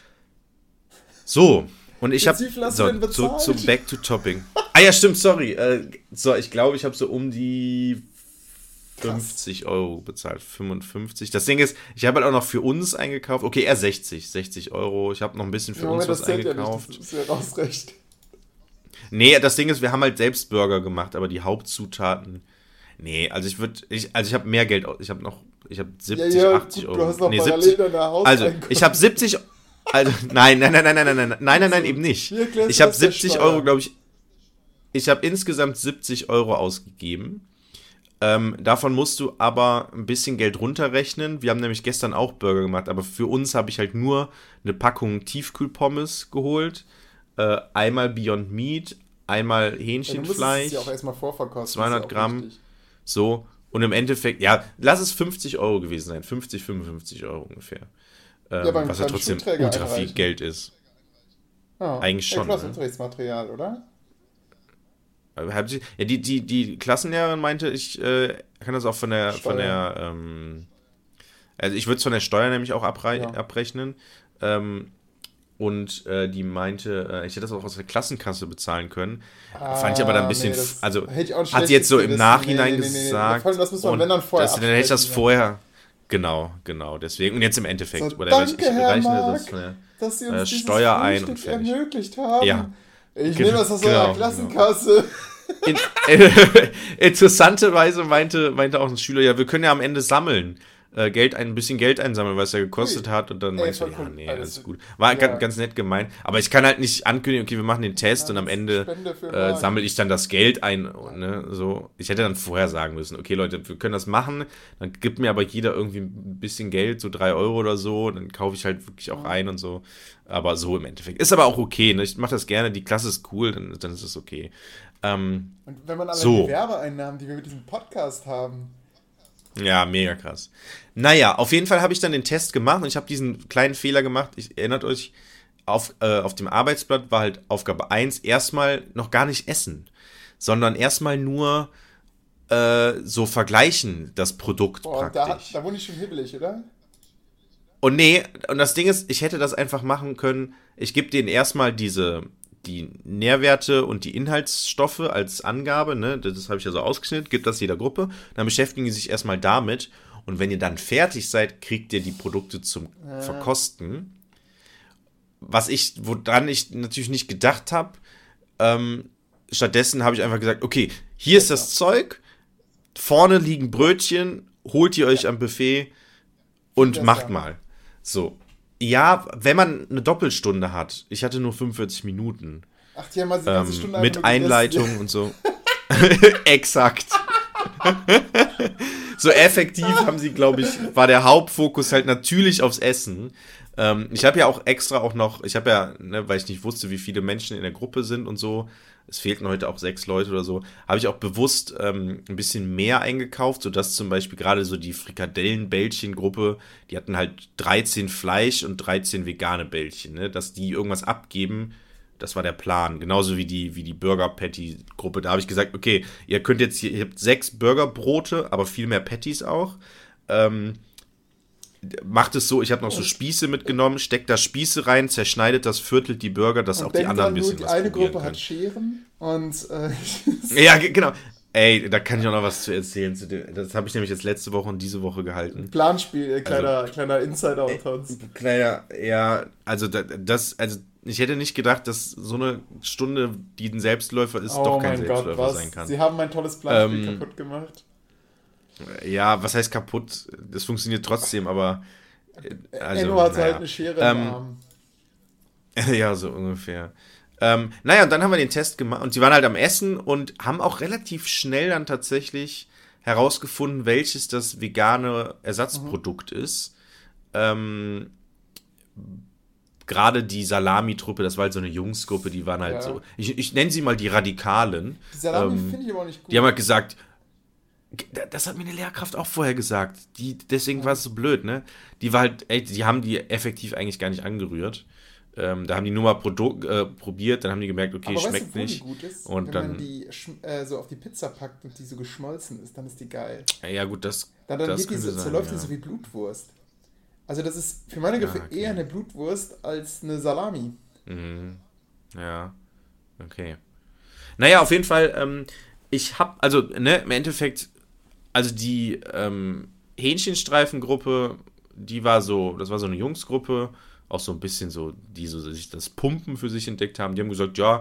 So. Und ich habe Wie viel hast so, du denn zu, bezahlt? zu Back to Topping. Ah ja, stimmt, sorry. Äh, so, ich glaube, ich habe so um die fünfzig Euro bezahlt, fünfundfünfzig. Das Ding ist, ich habe halt auch noch für uns eingekauft. Okay, eher sechzig, sechzig Euro. Ich habe noch ein bisschen für Ja, uns aber was das zählt ja eingekauft. nicht, das ist ja ausrecht. Nee, das Ding ist, wir haben halt selbst Burger gemacht, aber die Hauptzutaten. Nee, also ich würde, ich, also ich habe mehr Geld, aus- ich habe noch, ich habe siebzig, ja, ja, achtzig gut, Euro. du hast noch nee, parallel siebzig, deine also Hauseinkommen. ich habe siebzig, also nein, nein, nein, nein, nein, nein, nein, nein, nein, nein, eben nicht. Wie erklärst Ich du habe das der siebzig Steuer? Euro, glaube ich, ich habe insgesamt siebzig Euro ausgegeben. Ähm, davon musst du aber ein bisschen Geld runterrechnen. Wir haben nämlich gestern auch Burger gemacht, aber für uns habe ich halt nur eine Packung Tiefkühlpommes geholt, äh, einmal Beyond Meat, einmal Ja, du musst Hähnchenfleisch, es ja auch erstmal vorverkosten. zweihundert ist ja auch Gramm. wichtig. so, und im Endeffekt, ja, lass es fünfzig Euro gewesen sein, fünfzig, fünfundfünfzig Euro ungefähr. Ähm, Ja, beim was ja kleinen trotzdem Schulträger ultra viel einreichen. Geld ist. Ja. Eigentlich Ja, schon, Klassenunterrichtsmaterial, oder? Aber haben Sie- Ja, die, die, die Klassenlehrerin meinte, ich äh, kann das auch von der, von Steuer. der, ähm, also ich würde es von der Steuer nämlich auch abrei- Ja. abrechnen. Ähm, und äh, die meinte, äh, ich hätte das auch aus der Klassenkasse bezahlen können. Fand ich aber dann ein bisschen, Ah, nee, f- das also hätte ich auch ein hat sie jetzt so schlechtes im Gewissen. Nachhinein Nee, nee, nee, nee. gesagt. Vor allem, das muss man, und wenn dann vorher das, dann hätte ich das absprechen. vorher, genau, genau, deswegen. Und jetzt im Endeffekt, So, oder danke, ich, ich Herr rechne Mark, das von der, dass Sie äh, uns dieses Steuer ein und Frühstück fertig. ermöglicht haben. Ja. Ich Genau, nehme das aus genau, eurer Klassenkasse. In, interessanterweise meinte, meinte auch ein Schüler, ja, wir können ja am Ende sammeln. Äh, Geld, ein bisschen Geld einsammeln, was er gekostet Ui. hat. Und dann Ey, meinte voll ich, ja, cool. nee, Alles alles gut. gut. War Ja. ganz, ganz nett gemeint. Aber ich kann halt nicht ankündigen, okay, wir machen den Test Ja, und am das ist Ende Spende für äh, Marc. sammle ich dann das Geld ein. Ne, so. Ich hätte dann vorher sagen müssen, okay, Leute, wir können das machen. Dann gibt mir aber jeder irgendwie ein bisschen Geld, so drei Euro oder so. Dann kaufe ich halt wirklich auch ein und so. Aber so im Endeffekt. Ist aber auch okay. Ne? Ich mache das gerne. Die Klasse ist cool, dann, dann ist es okay. Ähm, Und wenn man alle So. die Werbeeinnahmen, die wir mit diesem Podcast haben. Ja, mega krass. Naja, auf jeden Fall habe ich dann den Test gemacht und ich habe diesen kleinen Fehler gemacht. Ich erinnert euch, auf, äh, auf dem Arbeitsblatt war halt Aufgabe eins erstmal noch gar nicht essen, sondern erstmal nur äh, so vergleichen, das Produkt Boah, und da, praktisch. da wurde ich schon hibbelig, oder? Und nee, und das Ding ist, ich hätte das einfach machen können, ich gebe denen erstmal diese, die Nährwerte und die Inhaltsstoffe als Angabe, ne, das, das habe ich ja so ausgeschnitten, gibt das jeder Gruppe, dann beschäftigen die sich erstmal damit und wenn ihr dann fertig seid, kriegt ihr die Produkte zum Ja. Verkosten. Was ich, woran ich natürlich nicht gedacht habe, ähm, stattdessen habe ich einfach gesagt, okay, hier ist das Zeug, vorne liegen Brötchen, holt ihr euch am Buffet und Besser. macht mal. So. Ja, wenn man eine Doppelstunde hat, ich hatte nur fünfundvierzig Minuten, Ach, die haben mal die ganze ähm, Stunde mit einfach nur gegessen. Einleitung und so. Exakt. So effektiv haben sie, glaube ich, war der Hauptfokus halt natürlich aufs Essen. Ähm, ich habe ja auch extra auch noch, ich habe ja, ne, weil ich nicht wusste, wie viele Menschen in der Gruppe sind und so, es fehlten heute auch sechs Leute oder so, habe ich auch bewusst ähm, ein bisschen mehr eingekauft, sodass zum Beispiel gerade so die Frikadellen-Bällchen-Gruppe, die hatten halt dreizehn Fleisch- und dreizehn vegane Bällchen, ne, dass die irgendwas abgeben. Das war der Plan. Genauso wie die, wie die Burger-Patty-Gruppe. Da habe ich gesagt, okay, ihr könnt jetzt hier, ihr habt sechs Burgerbrote, aber viel mehr Patties auch. Ähm, macht es so, ich habe noch so Spieße mitgenommen, steckt da Spieße rein, zerschneidet das, viertelt die Burger, dass und auch die anderen ein bisschen nur, was eine probieren Gruppe können. hat Scheren und äh, ja, genau. Ey, da kann ich auch noch was zu erzählen. Zu dem, das habe ich nämlich jetzt letzte Woche und diese Woche gehalten. Planspiel, äh, kleiner, also, kleiner Insider unter uns. Kleiner, ja, also das, also ich hätte nicht gedacht, dass so eine Stunde, die ein Selbstläufer ist, oh doch kein mein Selbstläufer Gott, was? sein kann. Sie haben mein tolles Planspiel ähm, kaputt gemacht. Ja, was heißt kaputt? Das funktioniert trotzdem, aber also, Enno hat naja. halt eine Schere ähm, im Arm. Ja, so ungefähr. Ähm, naja, und dann haben wir den Test gemacht und die waren halt am Essen und haben auch relativ schnell dann tatsächlich herausgefunden, welches das vegane Ersatzprodukt mhm. ist. Ähm, gerade die Salami-Truppe, das war halt so eine Jungsgruppe, die waren halt ja. so, ich, ich nenne sie mal die Radikalen. Die Salami ähm, finde ich aber auch nicht gut. Die haben halt gesagt, das hat mir eine Lehrkraft auch vorher gesagt, die, deswegen ja. war es so blöd, ne? Die war halt, ey, die haben die effektiv eigentlich gar nicht angerührt. Ähm, da haben die nur mal Produkt, äh, probiert, dann haben die gemerkt, okay, aber schmeckt weißt du, wo nicht. Die gut ist? Und wenn dann, man die äh, so auf die Pizza packt und die so geschmolzen ist, dann ist die geil. Ja, gut, das Dann, dann das geht die so, sein, zerläuft ja. die so wie Blutwurst. Also das ist für meine Gefühle ja, okay. eher eine Blutwurst als eine Salami. Mhm. Ja, okay. Naja, auf jeden Fall, ähm, ich hab, also, ne, im Endeffekt, also die ähm, Hähnchenstreifengruppe, die war so, das war so eine Jungsgruppe, auch so ein bisschen so, die so sich das Pumpen für sich entdeckt haben. Die haben gesagt, ja,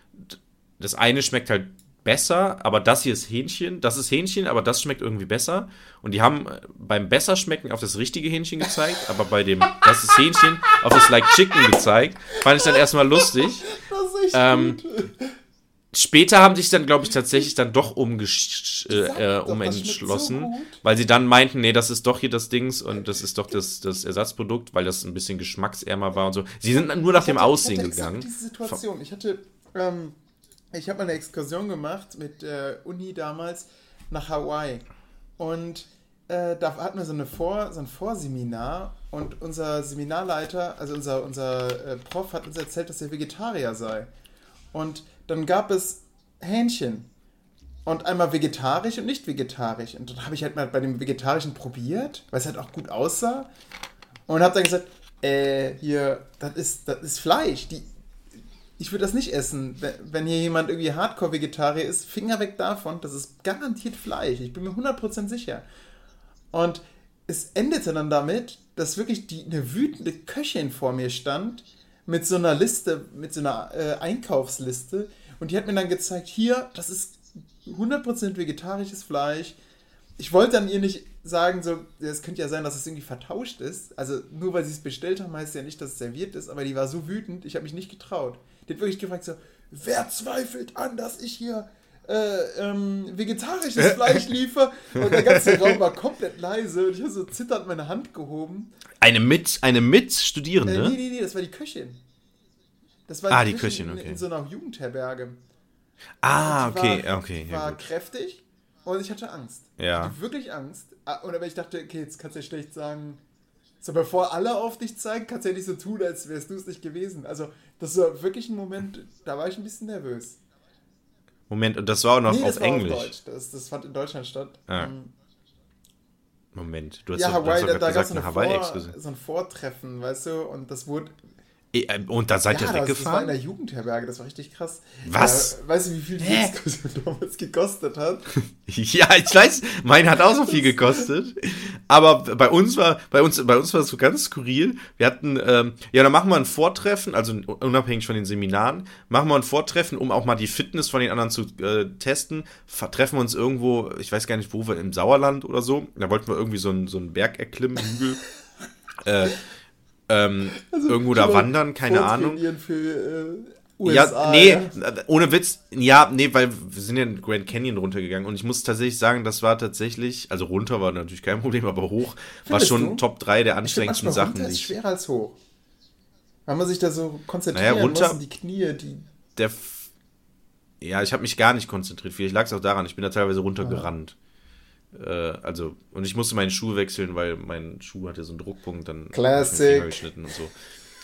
das eine schmeckt halt besser, aber das hier ist Hähnchen, das ist Hähnchen, aber das schmeckt irgendwie besser. Und die haben beim Besserschmecken auf das richtige Hähnchen gezeigt, aber bei dem, das ist Hähnchen, auf das Like Chicken gezeigt. Fand ich dann erstmal lustig. Das ist echt ähm, gut. Später haben sich dann, glaube ich, tatsächlich dann doch umgesch- äh, doch, umentschlossen, so weil sie dann meinten, nee, das ist doch hier das Dings und das ist doch das, das Ersatzprodukt, weil das ein bisschen geschmacksärmer war und so. Sie sind dann nur nach ich dem hatte, Aussehen ich hatte gegangen. Diese Situation. Ich hatte, ähm, ich habe mal eine Exkursion gemacht mit der Uni damals nach Hawaii und äh, da hatten wir so, eine Vor, so ein Vorseminar und unser Seminarleiter, also unser, unser äh, Prof hat uns erzählt, dass er Vegetarier sei. Und dann gab es Hähnchen. Und einmal vegetarisch und nicht vegetarisch. Und dann habe ich halt mal bei dem Vegetarischen probiert, weil es halt auch gut aussah. Und habe dann gesagt, äh, hier, das ist, das ist Fleisch. Die, ich würde das nicht essen. Wenn hier jemand irgendwie Hardcore-Vegetarier ist, Finger weg davon. Das ist garantiert Fleisch. Ich bin mir hundert Prozent sicher. Und es endete dann damit, dass wirklich die, eine wütende Köchin vor mir stand, mit so einer Liste, mit so einer äh, Einkaufsliste und die hat mir dann gezeigt, hier, das ist hundert Prozent vegetarisches Fleisch. Ich wollte dann ihr nicht sagen, so, es könnte ja sein, dass es irgendwie vertauscht ist. Also nur weil sie es bestellt haben, heißt ja nicht, dass es serviert ist, aber die war so wütend, ich habe mich nicht getraut. Die hat wirklich gefragt so, wer zweifelt an, dass ich hier äh, ähm, vegetarisches Fleisch liefere? Und der ganze Raum war komplett leise und ich habe so zitternd meine Hand gehoben. Eine mit, eine Mitstudierende? Äh, nee, nee, nee, das war die Köchin. Das war ah, die, die Köchin, Köchin, okay. In, in so einer Jugendherberge. Ah, die okay, war, okay. Die ja, war gut. kräftig und ich hatte Angst. Ja. Ich hatte wirklich Angst. Und aber ich dachte, okay, jetzt kannst du ja schlecht sagen, so bevor alle auf dich zeigen, kannst du ja nicht so tun, als wärst du es nicht gewesen. Also, das war wirklich ein Moment, da war ich ein bisschen nervös. Moment, und das war auch noch nee, auf das war Englisch? Auf Deutsch. Das, das fand in Deutschland statt. Ah. Moment, du hast ja, doch, Hawaii, du hast da, da gab gesagt, es eine Hawaii so ein Vortreffen, weißt du, und das wurde... Und da seid ja, ihr das, weggefahren? das war in der Jugendherberge, das war richtig krass. Was? Ja, weißt du, wie viel die Exkursion damals gekostet hat? Ja, ich weiß, mein hat auch so viel gekostet. Aber bei uns war, bei uns, bei uns war es so ganz skurril. Wir hatten, ähm, ja, dann machen wir ein Vortreffen, also unabhängig von den Seminaren, machen wir ein Vortreffen, um auch mal die Fitness von den anderen zu äh, testen. Treffen wir uns irgendwo, ich weiß gar nicht, wo wir, im Sauerland oder so. Da wollten wir irgendwie so einen, so einen Berg erklimmen, Hügel. äh, Ähm, also irgendwo da wandern, keine Ahnung. Für äh, U S A. Ja, nee, Ja. ohne Witz, ja, nee, weil wir sind ja in Grand Canyon runtergegangen und ich muss tatsächlich sagen, das war tatsächlich, also runter war natürlich kein Problem, aber hoch war Findest schon du? Top drei der Ich finde anstrengendsten manchmal Sachen. runter die ist ich- schwerer als hoch. Weil man sich da so konzentrieren Naja, runter- muss und die Knie, die... Der, F- ja, ich habe mich gar nicht konzentriert. Vielleicht lag es auch daran, ich bin da teilweise runtergerannt. Äh, also, und ich musste meinen Schuh wechseln, weil mein Schuh hatte so einen Druckpunkt, dann hab ich mir den Classic. Finger geschnitten und so.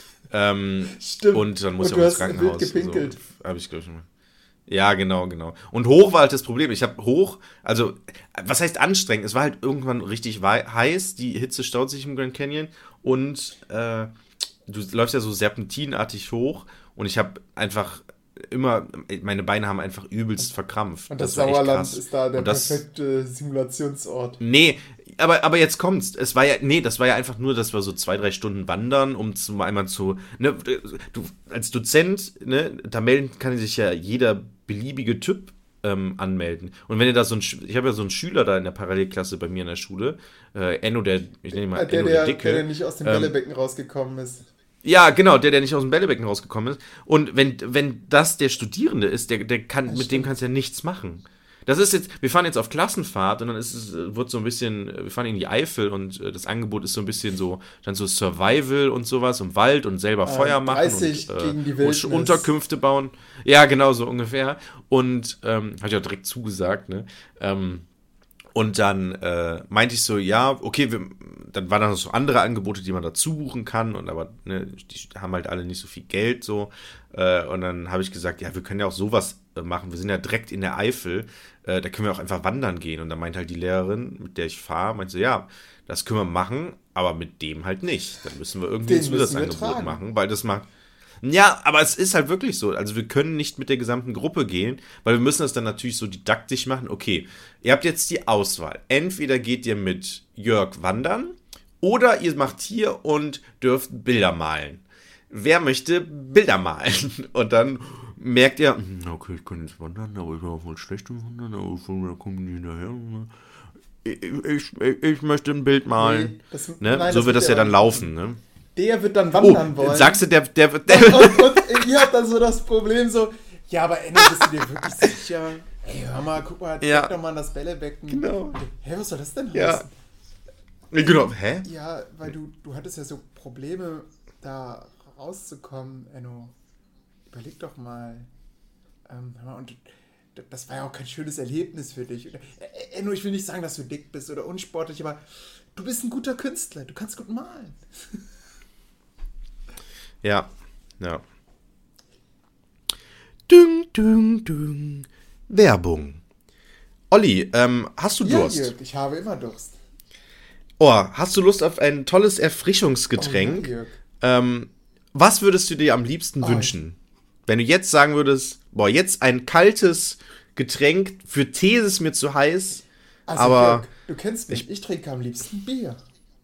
Ähm, Stimmt. und dann muss Und ich du auch ins hast wild Krankenhaus. gepinkelt. So, habe ich, glaube ich, mal. Ja, genau, genau. Und hoch war halt das Problem. Ich habe hoch, also, was heißt anstrengend? Es war halt irgendwann richtig wei- heiß, die Hitze staut sich im Grand Canyon und äh, du läufst ja so serpentinartig hoch und ich habe einfach immer, meine Beine haben einfach übelst verkrampft. Und das, war echt Sauerland krass. ist da der Und das- perfekte Simulationsort. Nee, aber, aber jetzt kommt's. Es war ja, nee, das war ja einfach nur, dass wir so zwei, drei Stunden wandern, um zu einmal zu, ne, du, als Dozent, ne, da melden kann sich ja jeder beliebige Typ ähm, anmelden. Und wenn ihr da so ein, Sch- ich habe ja so einen Schüler da in der Parallelklasse bei mir in der Schule, äh, Enno, der, ich nenne ihn mal Äh, Der, Enno der, der Dicke. der, der nicht aus dem Ähm, Bällebecken rausgekommen ist. Ja, genau, der, der nicht aus dem Bällebecken rausgekommen ist. Und wenn, wenn das der Studierende ist, der, der kann, Das mit dem stimmt. kannst du ja nichts machen. Das ist jetzt, wir fahren jetzt auf Klassenfahrt und dann ist es, äh, wird so ein bisschen, äh, wir fahren in die Eifel und äh, das Angebot ist so ein bisschen so, dann so Survival und sowas im Wald und selber Feuer machen dreißig und äh, gegen die und Wildnis. Unterkünfte bauen. Ja, genau, so ungefähr. Und ähm, habe ich auch direkt zugesagt, ne? Ähm, und dann äh, meinte ich so, ja, okay, wir, dann waren da noch so andere Angebote, die man dazu buchen kann, und aber ne, die haben halt alle nicht so viel Geld so. Äh, und dann habe ich gesagt, ja, wir können ja auch sowas äh, machen. Wir sind ja direkt in der Eifel, äh, da können wir auch einfach wandern gehen. Und dann meinte halt die Lehrerin, mit der ich fahre, meinte so, ja, das können wir machen, aber mit dem halt nicht. Dann müssen wir irgendwie Den ein müssen wir Zusatzangebot tragen. machen, weil das macht. Ja, aber es ist halt wirklich so. Also wir können nicht mit der gesamten Gruppe gehen, weil wir müssen das dann natürlich so didaktisch machen. Okay, ihr habt jetzt die Auswahl. Entweder geht ihr mit Jörg wandern oder ihr macht hier und dürft Bilder malen. Wer möchte Bilder malen? Und dann merkt ihr, hm, okay, ich kann jetzt wandern, aber ich war voll schlecht im Wandern, aber von da komme ich nicht hinterher. Ich, ich, ich, ich möchte ein Bild malen. Nee, das- ne? nein, so das wird das wird ja ja dann auch- laufen. Ne? Der wird dann Oh, wandern wollen. sagst du, der, der, der, und, und ihr habt dann so das Problem so, ja, aber Enno, bist du dir wirklich sicher? Ey, hör mal, guck mal, Ja. zeig doch mal an das Bällebecken. Genau. Hä, was soll das denn heißen? Ja. Genau. Hä? Ja, weil du, du hattest ja so Probleme, da rauszukommen, Enno. Überleg doch mal. Ähm, hör mal, und d- das war ja auch kein schönes Erlebnis für dich. Oder, äh, Enno, ich will nicht sagen, dass du dick bist oder unsportlich, aber du bist ein guter Künstler. Du kannst gut malen. Ja, ja. Ding, ding, ding. Werbung. Olli, ähm, hast du Ja, Durst? Jörg, ich habe immer Durst. Oh, hast du Lust auf ein tolles Erfrischungsgetränk? Oh, ja, Jörg. ähm, was würdest du dir am liebsten Oh, wünschen? Wenn du jetzt sagen würdest, boah, jetzt ein kaltes Getränk, für Tee ist es mir zu heiß, Also, aber Jörg, du kennst mich. Ich, trinke am liebsten Bier.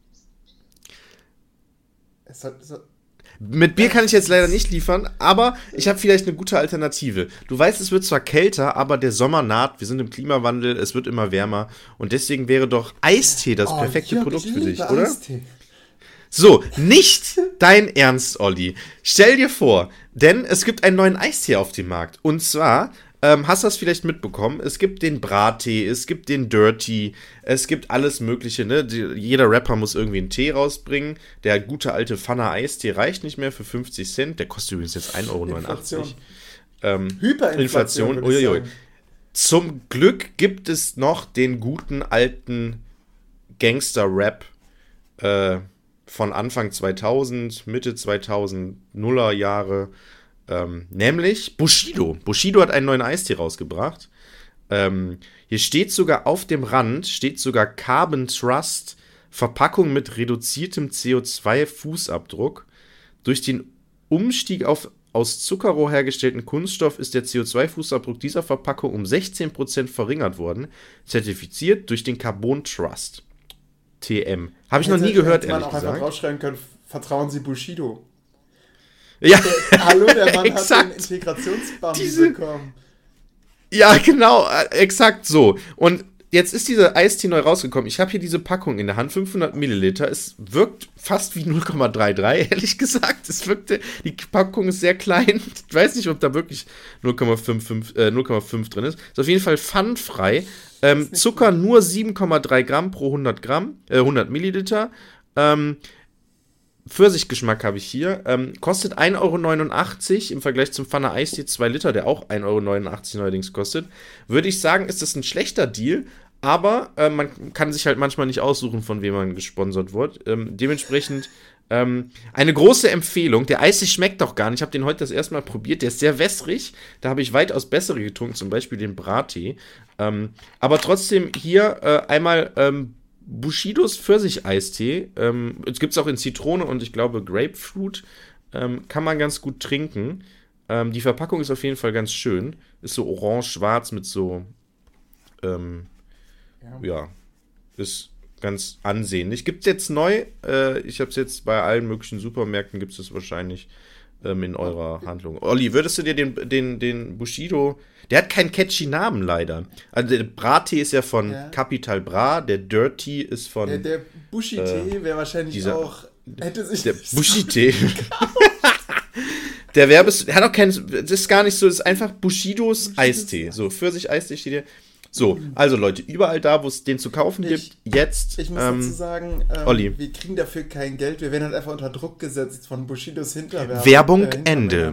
Es soll, so, mit Bier kann ich jetzt leider nicht liefern, aber ich habe vielleicht eine gute Alternative. Du weißt, es wird zwar kälter, aber der Sommer naht, wir sind im Klimawandel, es wird immer wärmer und deswegen wäre doch Eistee das oh, perfekte Jörg, Produkt ich für dich, liebe oder? Eistee. So, nicht dein Ernst, Olli. Stell dir vor, denn es gibt einen neuen Eistee auf dem Markt. Und zwar, ähm, hast du das vielleicht mitbekommen, es gibt den Brattee, es gibt den Dirty, es gibt alles Mögliche, ne? Die, jeder Rapper muss irgendwie einen Tee rausbringen. Der gute alte Pfanner Eistee reicht nicht mehr für fünfzig Cent. Der kostet übrigens jetzt ein Euro neunundachtzig. Inflation. Ähm, Hyperinflation, Inflation, würde ich uiuiui. sagen. Zum Glück gibt es noch den guten alten Gangster-Rap äh, von Anfang zweitausend, Mitte zweitausendeiner Jahre, ähm, nämlich Bushido. Bushido hat einen neuen Eistee rausgebracht. Ähm, hier steht sogar auf dem Rand, steht sogar Carbon Trust, Verpackung mit reduziertem C O zwei Fußabdruck. Durch den Umstieg auf aus Zuckerrohr hergestellten Kunststoff ist der C O zwei Fußabdruck dieser Verpackung um sechzehn Prozent verringert worden, zertifiziert durch den Carbon Trust. T M. Habe ich noch nie gehört, hätte man ehrlich auch einfach gesagt. draufschreiben können, vertrauen Sie Bushido. Ja, Der, hallo, der Mann hat den exakt. Integrationsbump Diese- bekommen. Ja, genau, äh, exakt so. Und jetzt ist dieser Eistee neu rausgekommen. Ich habe hier diese Packung in der Hand, fünfhundert Milliliter. Es wirkt fast wie null Komma dreiunddreißig, ehrlich gesagt. Es wirkte, die Packung ist sehr klein. Ich weiß nicht, ob da wirklich null Komma fünf drin ist. Ist auf jeden Fall pfandfrei. Ähm, Zucker gut. Nur sieben Komma drei Gramm pro hundert Gramm, äh, hundert Milliliter. Ähm, Pfirsichgeschmack habe ich hier. Ähm, kostet ein Euro neunundachtzig im Vergleich zum Pfanne Eistee zwei Liter, der auch ein Euro neunundachtzig neuerdings kostet. Würde ich sagen, ist das ein schlechter Deal, aber äh, man kann sich halt manchmal nicht aussuchen, von wem man gesponsert wird. Ähm, dementsprechend ähm, eine große Empfehlung. Der Eistee schmeckt doch gar nicht. Ich habe den heute das erste Mal probiert. Der ist sehr wässrig. Da habe ich weitaus bessere getrunken, zum Beispiel den Brattee. Ähm, aber trotzdem hier äh, einmal ähm, Bushidos Pfirsich-Eistee, ähm, es gibt es auch in Zitrone und ich glaube Grapefruit, ähm, kann man ganz gut trinken. Ähm, die Verpackung ist auf jeden Fall ganz schön. Ist so orange-schwarz mit so, ähm, ja. ja, ist ganz ansehnlich. Gibt es jetzt neu, äh, ich habe es jetzt bei allen möglichen Supermärkten, gibt es es wahrscheinlich ähm, in eurer Handlung. Olli, würdest du dir den, den, den Bushido... Der hat keinen catchy Namen leider. Also der Brattee ist ja von ja. Capital Bra, der Dirty ist von... Der, der Bushi-Tee äh, wäre wahrscheinlich dieser, auch... Hätte sich der Bushi-Tee. Der Werbes... Der hat auch keinen... Das ist gar nicht so, das ist einfach Bushidos, Bushidos Eistee. So, Pfirsich-Eistee steht hier. So, also Leute, überall da, wo es den zu kaufen ich, gibt, jetzt... Ich muss ähm, dazu sagen, ähm, Olli. Wir kriegen dafür kein Geld. Wir werden halt einfach unter Druck gesetzt von Bushidos Hinterwerbung. Werbung äh, Ende.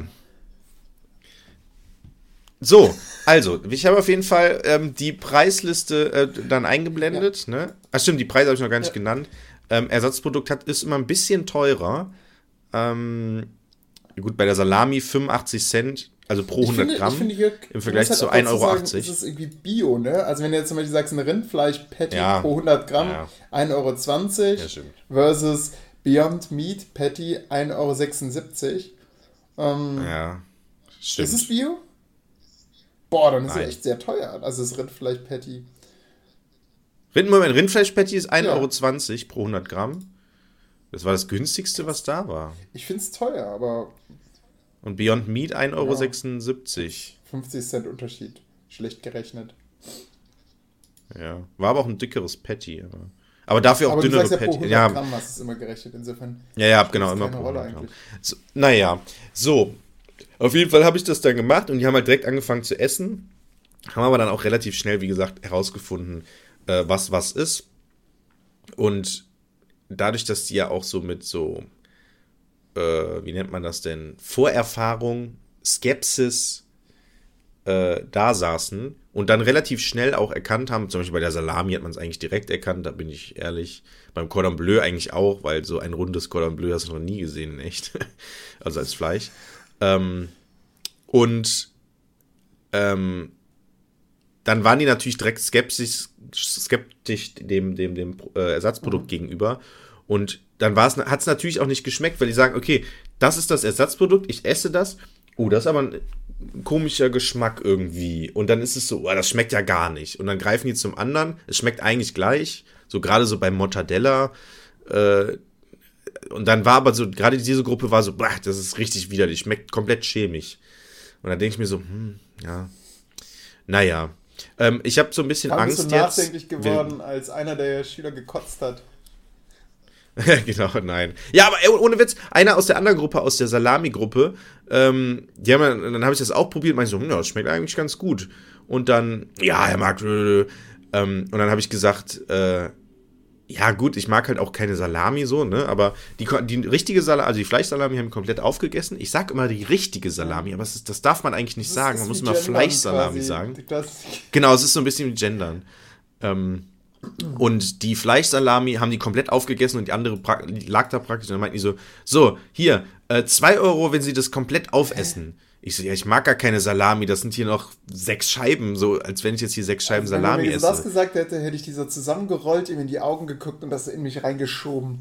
So, also, ich habe auf jeden Fall ähm, die Preisliste äh, dann eingeblendet. Ja. Ne? Ach stimmt, die Preise habe ich noch gar nicht ja. genannt. Ähm, Ersatzprodukt hat, ist immer ein bisschen teurer. Ähm, gut, bei der Salami fünfundachtzig Cent, also pro ich hundert finde, Gramm, finde, Jörg, im Vergleich halt zu ein Euro achtzig. Das ist irgendwie Bio, ne? Also wenn du jetzt zum Beispiel sagst, ein Rindfleisch-Patty ja. pro hundert Gramm, ja. ein Euro zwanzig ja, versus Beyond Meat Patty ein Euro sechsundsiebzig. Ähm, ja, stimmt. Ist es Bio? Boah, dann ist es echt sehr teuer. Also das Rindfleisch-Patty. Moment, Rindfleisch-Patty ist ein Euro zwanzig pro hundert Gramm. Das war das günstigste, was da war. Ich finde es teuer, aber... Und Beyond Meat ein Euro sechsundsiebzig. fünfzig Cent Unterschied. Schlecht gerechnet. Ja, war aber auch ein dickeres Patty. Aber, aber dafür auch aber dünnere Patty. Ja, pro hundert ja, Gramm hast es immer gerechnet, insofern. Ja, ja, genau, immer pro hundert Gramm. So, naja, so... Auf jeden Fall habe ich das dann gemacht und die haben halt direkt angefangen zu essen. Haben aber dann auch relativ schnell, wie gesagt, herausgefunden, äh, was was ist. Und dadurch, dass die ja auch so mit so, äh, wie nennt man das denn, Vorerfahrung, Skepsis äh, da saßen und dann relativ schnell auch erkannt haben, zum Beispiel bei der Salami hat man es eigentlich direkt erkannt, da bin ich ehrlich. Beim Cordon Bleu eigentlich auch, weil so ein rundes Cordon Bleu hast du noch nie gesehen in echt. Also als Fleisch. Ähm, und ähm, dann waren die natürlich direkt skeptisch, skeptisch dem, dem, dem äh, Ersatzprodukt mhm. gegenüber. Und dann hat es natürlich auch nicht geschmeckt, weil die sagen, okay, das ist das Ersatzprodukt, ich esse das. Oh, das ist aber ein komischer Geschmack irgendwie. Und dann ist es so, oh, das schmeckt ja gar nicht. Und dann greifen die zum anderen, es schmeckt eigentlich gleich. So gerade so beim Mortadella, äh, und dann war aber so, gerade diese Gruppe war so, boah, das ist richtig widerlich, schmeckt komplett chemisch. Und dann denke ich mir so, hm, ja, naja. Ähm, ich habe so ein bisschen Angst jetzt. Bist du nachdenklich geworden, wir, als einer der Schüler gekotzt hat? Genau, nein. Ja, aber ohne Witz, einer aus der anderen Gruppe, aus der Salami-Gruppe, ähm, die haben dann, dann habe ich das auch probiert, meinte so, hm, ja, das schmeckt eigentlich ganz gut. Und dann, ja, Herr Marc, äh, ähm, und dann habe ich gesagt, äh, ja gut, ich mag halt auch keine Salami so, ne, aber die, die richtige Salami, also die Fleischsalami haben komplett aufgegessen. Ich sag immer die richtige Salami, aber das, ist, das darf man eigentlich nicht das sagen. Man muss immer Fleischsalami sagen. Genau, es ist so ein bisschen wie Gendern. Ähm, und die Fleischsalami haben die komplett aufgegessen und die andere pra- lag da praktisch. Und dann meinten die so, so, hier, äh, zwei Euro, wenn sie das komplett aufessen. Ich so, ja, ich mag gar keine Salami, das sind hier noch sechs Scheiben, so als wenn ich jetzt hier sechs Scheiben also, Salami esse. Wenn du das gesagt hätte, hätte ich die so zusammengerollt, ihm in die Augen geguckt und das in mich reingeschoben.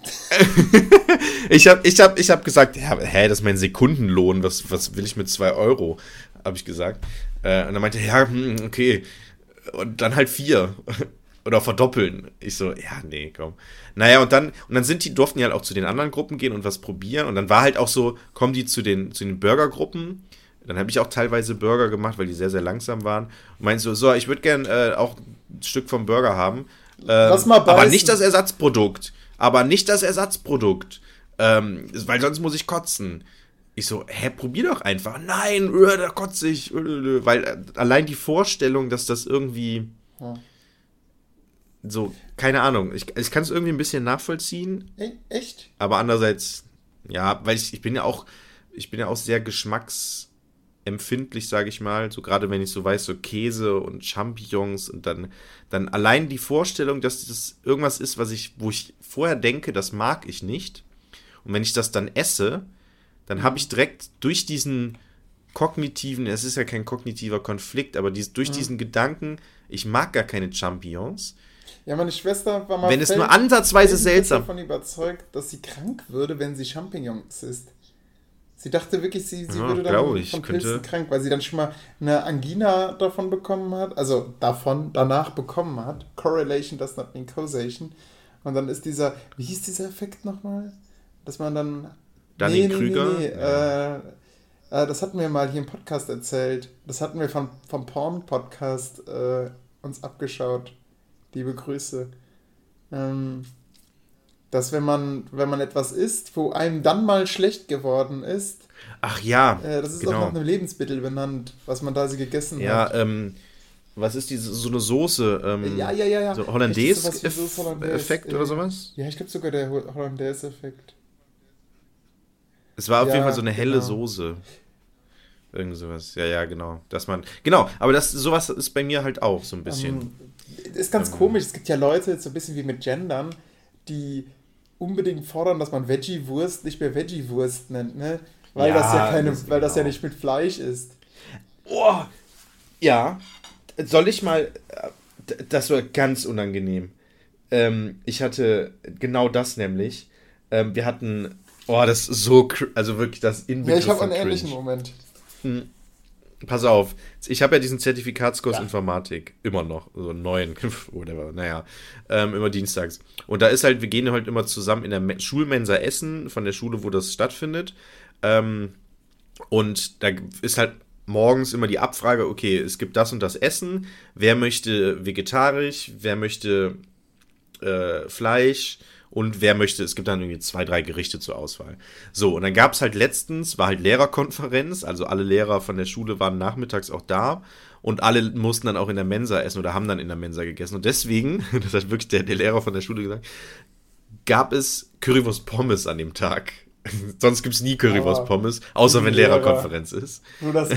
ich habe ich hab, ich hab gesagt, ja, hä, das ist mein Sekundenlohn, was, was will ich mit zwei Euro, habe ich gesagt. Äh, und dann meinte er, ja, hm, okay, und dann halt vier. Oder verdoppeln. Ich so, ja, nee, komm. Naja, und dann, und dann sind die, durften die halt auch zu den anderen Gruppen gehen und was probieren. Und dann war halt auch so, kommen die zu den, zu den Burgergruppen. Dann habe ich auch teilweise Burger gemacht, weil die sehr, sehr langsam waren. Und meinst du, so, ich würde gern äh, auch ein Stück vom Burger haben. Ähm, Lass mal beißen. aber nicht das Ersatzprodukt. Aber nicht das Ersatzprodukt. Ähm, weil sonst muss ich kotzen. Ich so, hä, probier doch einfach. Nein, öh, da kotze ich. Öh, weil äh, allein die Vorstellung, dass das irgendwie Ja. so, keine Ahnung. Ich, ich kann es irgendwie ein bisschen nachvollziehen. E echt? Aber andererseits, ja, weil ich, ich bin ja auch, ich bin ja auch sehr geschmacksempfindlich, sage ich mal. So gerade wenn ich so weiß, so Käse und Champignons und dann, dann allein die Vorstellung, dass das irgendwas ist, was ich, wo ich vorher denke, das mag ich nicht. Und wenn ich das dann esse, dann habe ich direkt durch diesen kognitiven, es ist ja kein kognitiver Konflikt, aber dies, durch mhm. diesen Gedanken, ich mag gar keine Champignons. Ja, meine Schwester war mal wenn es nur ansatzweise seltsam davon überzeugt, dass sie krank würde, wenn sie Champignons isst. Sie dachte wirklich, sie, sie ja, würde dann ich, von könnte... Pilzen krank, weil sie dann schon mal eine Angina davon bekommen hat, also davon, danach bekommen hat. Correlation does not mean causation. Und dann ist dieser, wie hieß dieser Effekt nochmal? Dass man dann... Danny nee, Krüger? Nee, nee, nee. Ja. Äh, äh, das hatten wir mal hier im Podcast erzählt. Das hatten wir vom, vom Porn-Podcast äh, uns abgeschaut. Liebe Grüße. Ähm, dass wenn man, wenn man etwas isst, wo einem dann mal schlecht geworden ist. Ach ja. Äh, das ist genau. auch nach einem Lebensmittel benannt, was man da sie gegessen ja, hat. Ja, ähm, was ist diese, so eine Soße? Ähm, ja, ja, ja, ja. So Hollandaise-Effekt oder sowas? Ja, ich glaube sogar der Hollandaise-Effekt. Es war auf ja, jeden Fall so eine helle genau. Soße. Irgend sowas. Ja, ja, genau. Dass man. Genau, aber das sowas ist bei mir halt auch so ein bisschen. Ähm, ist ganz ähm, komisch. Es gibt ja Leute, so ein bisschen wie mit Gendern, die unbedingt fordern, dass man Veggie-Wurst nicht mehr Veggie-Wurst nennt, ne? Weil ja, das ja keine, das weil genau. das ja nicht mit Fleisch ist. Oh, ja. Soll ich mal. Das war ganz unangenehm. Ähm, ich hatte genau das nämlich. Ähm, wir hatten. Oh, das ist so, also wirklich das Inbegriff. Ja, ich habe einen ähnlichen Moment. Hm. Pass auf, ich habe ja diesen Zertifikatskurs ja. Informatik, immer noch, so einen neuen, whatever, naja, ähm, immer dienstags. Und da ist halt, wir gehen halt immer zusammen in der Me- Schulmensa essen, von der Schule, wo das stattfindet. Ähm, und da ist halt morgens immer die Abfrage, okay, es gibt das und das Essen, wer möchte vegetarisch, wer möchte äh, Fleisch, und wer möchte, es gibt dann irgendwie zwei, drei Gerichte zur Auswahl. So, und dann gab es halt letztens, war halt Lehrerkonferenz, also alle Lehrer von der Schule waren nachmittags auch da und alle mussten dann auch in der Mensa essen oder haben dann in der Mensa gegessen. Und deswegen, das hat wirklich der, der Lehrer von der Schule gesagt, gab es Currywurst Pommes an dem Tag. Sonst gibt es nie Currywurst Pommes, außer wenn Lehrer. Lehrerkonferenz ist. Nur das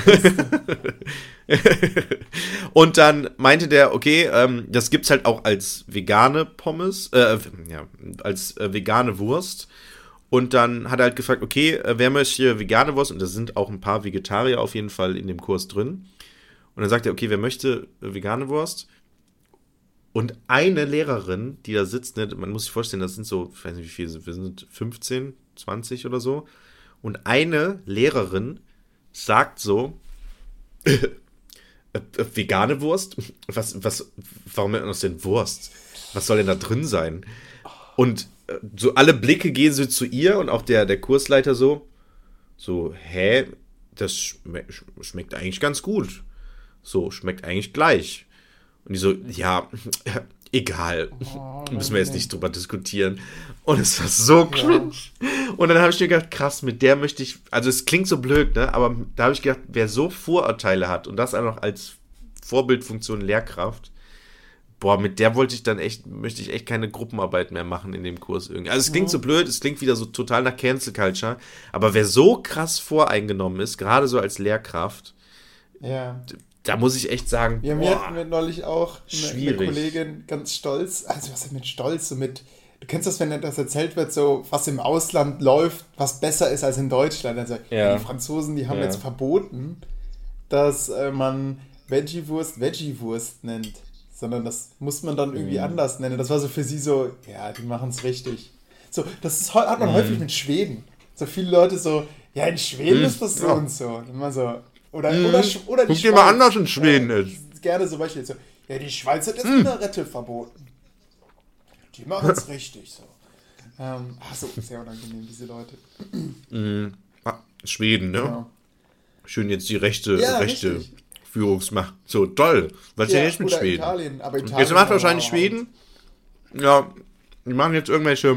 Und dann meinte der, okay, ähm, das gibt's halt auch als vegane Pommes, äh, ja, als äh, vegane Wurst. Und dann hat er halt gefragt, okay, äh, wer möchte vegane Wurst? Und da sind auch ein paar Vegetarier auf jeden Fall in dem Kurs drin. Und dann sagt er, okay, wer möchte äh, vegane Wurst? Und eine Lehrerin, die da sitzt, ne, man muss sich vorstellen, das sind so, ich weiß nicht wie viele, wir sind fünfzehn, zwanzig oder so. Und eine Lehrerin sagt so, äh, äh, vegane Wurst? Was, was, warum nennt man das denn Wurst? Was soll denn da drin sein? Und äh, so alle Blicke gehen so zu ihr und auch der, der Kursleiter so, so, hä, das schme- schmeckt eigentlich ganz gut. So, schmeckt eigentlich gleich. Und die so, ja, egal, oh, müssen wir jetzt nicht drüber diskutieren. Und es war so cringe. Ja. Und dann habe ich mir gedacht, krass, mit der möchte ich, also es klingt so blöd, ne? Aber da habe ich gedacht, wer so Vorurteile hat und das auch noch als Vorbildfunktion Lehrkraft, boah, mit der wollte ich dann echt, möchte ich echt keine Gruppenarbeit mehr machen in dem Kurs irgendwie. Also es klingt ja. so blöd, es klingt wieder so total nach Cancel Culture, aber wer so krass voreingenommen ist, gerade so als Lehrkraft, ja. da muss ich echt sagen, ja, mir hatten wir neulich auch eine, eine Kollegin ganz stolz, also was ist mit stolz, so mit, du kennst das, wenn das erzählt wird, so was im Ausland läuft, was besser ist als in Deutschland. Also ja. die Franzosen, die haben ja. jetzt verboten, dass äh, man Veggie-Wurst Veggie-Wurst nennt, sondern das muss man dann irgendwie mhm. anders nennen. Das war so für sie so, ja, die machen es richtig. So, das ist, hat man mhm. häufig mit Schweden. So viele Leute so, ja, in Schweden mhm. ist das so ja. und so. Und immer so, oder, mhm. oder, oder die Guck dir mal anders in Schweden äh, ist. Gerne so Beispiel so, ja, die Schweiz hat jetzt mhm. Minarette verboten. Die machen es richtig so. Ähm, ach so, sehr unangenehm, diese Leute. Mhm. Ah, Schweden, ne? Genau. schön jetzt die rechte, Ja, rechte richtig. Führungsmacht. So, toll. Was ist Ja, denn jetzt mit oder Schweden? Italien, aber Italien Jetzt macht war wahrscheinlich auch- Schweden, ja, die machen jetzt irgendwelche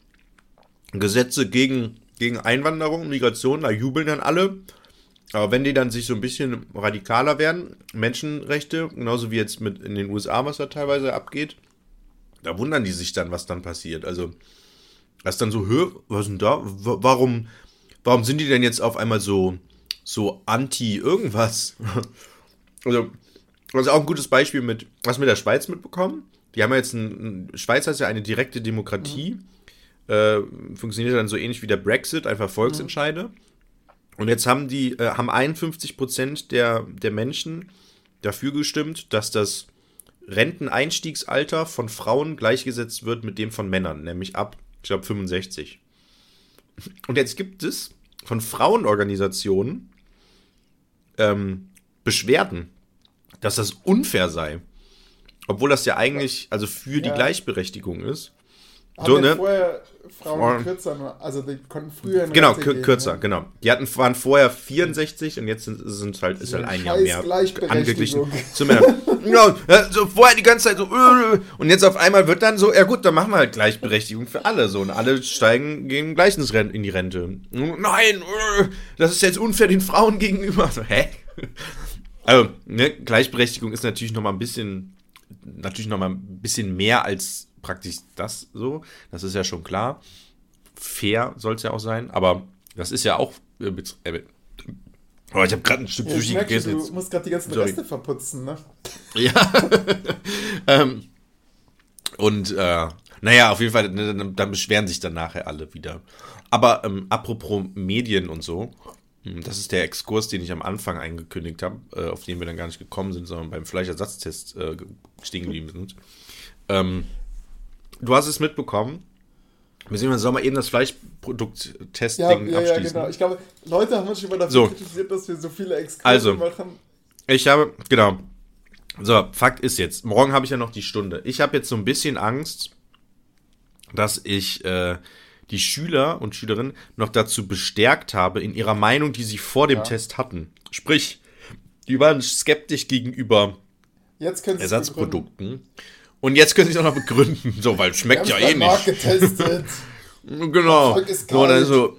Gesetze gegen, gegen Einwanderung, Migration, da jubeln dann alle. Aber wenn die dann sich so ein bisschen radikaler werden, Menschenrechte, genauso wie jetzt mit in den U S A, was da teilweise abgeht, da wundern die sich dann, was dann passiert. Also, das ist dann so, hö, was ist denn da? W- Warum, warum sind die denn jetzt auf einmal so, so anti-irgendwas? Also, das ist auch ein gutes Beispiel mit, was mit der Schweiz mitbekommen. Die haben ja jetzt, ein, ein Schweiz hat ja eine direkte Demokratie. Mhm. Äh, funktioniert dann so ähnlich wie der Brexit, einfach Volksentscheide. Mhm. Und jetzt haben die, äh, haben einundfünfzig Prozent der, der Menschen dafür gestimmt, dass das Renteneinstiegsalter von Frauen gleichgesetzt wird mit dem von Männern, nämlich ab, ich glaube, fünfundsechzig. Und jetzt gibt es von Frauenorganisationen ähm, Beschwerden, dass das unfair sei. Obwohl das ja eigentlich, also für die Ja. Gleichberechtigung ist. Haben So, ja ne? vorher Frauen Frauen- kürzer, nur- also die konnten früher in Genau, Rente kür- gehen, kürzer, ne? genau. Die hatten, waren vorher vierundsechzig und jetzt sind, sind halt, ist halt ein Jahr Scheiß mehr Gleichberechtigung. angeglichen zu Männern. Ja, ja, so vorher die ganze Zeit so, äh, und jetzt auf einmal wird dann so, ja gut, dann machen wir halt Gleichberechtigung für alle. So, und alle steigen gegen gleich ins Ren- in die Rente. Nein, äh, das ist jetzt unfair den Frauen gegenüber. So, hä? Also, ne, Gleichberechtigung ist natürlich nochmal ein bisschen, natürlich nochmal ein bisschen mehr als praktisch das so. Das ist ja schon klar. Fair soll es ja auch sein, aber das ist ja auch. Äh, mit, äh, oh, ich habe gerade ein Stück Ja, ich Sushi merke gegessen. schon, du Jetzt. musst gerade die ganzen Sorry. Reste verputzen, ne? Ja. ähm, und äh, naja, auf jeden Fall, ne, dann, dann beschweren sich dann nachher alle wieder. Aber ähm, apropos Medien und so, hm, das ist der Exkurs, den ich am Anfang angekündigt habe, äh, auf den wir dann gar nicht gekommen sind, sondern beim Fleischersatztest äh, stehen geblieben sind. Ähm, du hast es mitbekommen. Beziehungsweise soll man eben das Ja, Fleischprodukt-Testing ja, ja, abschließen. genau. Ich glaube, Leute haben uns schon mal dafür So. kritisiert, dass wir so viele Exkurse Also. machen. Ich habe, genau. So, Fakt ist jetzt, morgen habe ich ja noch die Stunde. Ich habe jetzt so ein bisschen Angst, dass ich äh, die Schüler und Schülerinnen noch dazu bestärkt habe, in ihrer Meinung, die sie vor dem Ja. Test hatten. Sprich, die waren skeptisch gegenüber Jetzt können sie es Ersatzprodukten. Und jetzt können sie es auch noch begründen. So, weil es schmeckt ja eh nicht. getestet. Genau. Zeug ist So, dann kalt. so,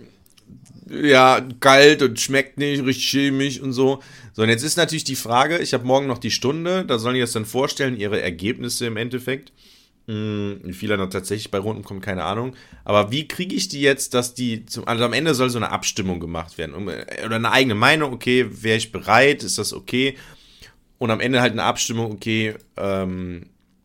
ja, kalt und schmeckt nicht, richtig chemisch und so. So, und jetzt ist natürlich die Frage, ich habe morgen noch die Stunde, da sollen die das dann vorstellen, ihre Ergebnisse im Endeffekt. Hm, wie viele noch tatsächlich bei Runden kommen, keine Ahnung. Aber wie kriege ich die jetzt, dass die, zum, also am Ende soll so eine Abstimmung gemacht werden. Um, oder eine eigene Meinung, okay, wäre ich bereit, ist das okay? Und am Ende halt eine Abstimmung, okay, ähm,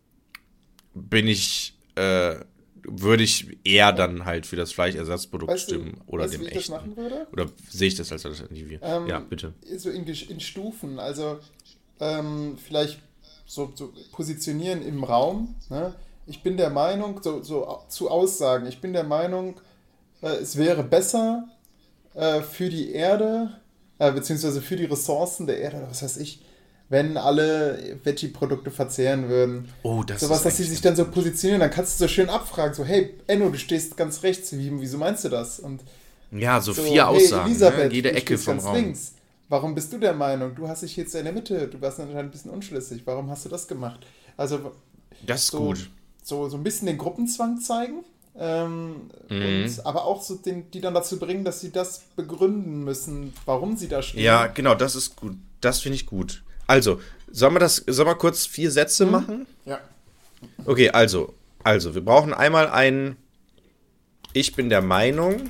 bin ich, äh, würde ich eher dann halt für das Fleischersatzprodukt Weißt du, stimmen oder weißt du, dem wie ich das echten. machen würde? Oder sehe ich das als Alternative? Ähm, Ja, bitte. So in, Gesch- in Stufen, also ähm, vielleicht so, so positionieren im Raum. Ne? Ich bin der Meinung, so, so au- zu Aussagen, ich bin der Meinung, äh, es wäre besser äh, für die Erde, äh, beziehungsweise für die Ressourcen der Erde, oder was weiß ich, wenn alle Veggie-Produkte verzehren würden. Oh, das Sowas, ist dass sie eigentlich sich dann so positionieren, dann kannst du so schön abfragen, so, hey, Enno, du stehst ganz rechts, wie, wieso meinst du das? Und Ja, so, so, vier hey, Aussagen, Elisabeth, ne? Jede du Ecke stehst vom ganz Raum. links. Warum bist du der Meinung? Du hast dich jetzt in der Mitte, du warst anscheinend ein bisschen unschlüssig. Warum hast du das gemacht? Also Das ist so, gut. so, so ein bisschen den Gruppenzwang zeigen, ähm, Mhm. und, aber auch so den, die dann dazu bringen, dass sie das begründen müssen, warum sie da stehen. Ja, genau, das ist gut. Das finde ich gut. Also, sollen wir das, sollen wir kurz vier Sätze machen? Ja. Okay, also, also, wir brauchen einmal ein Ich bin der Meinung.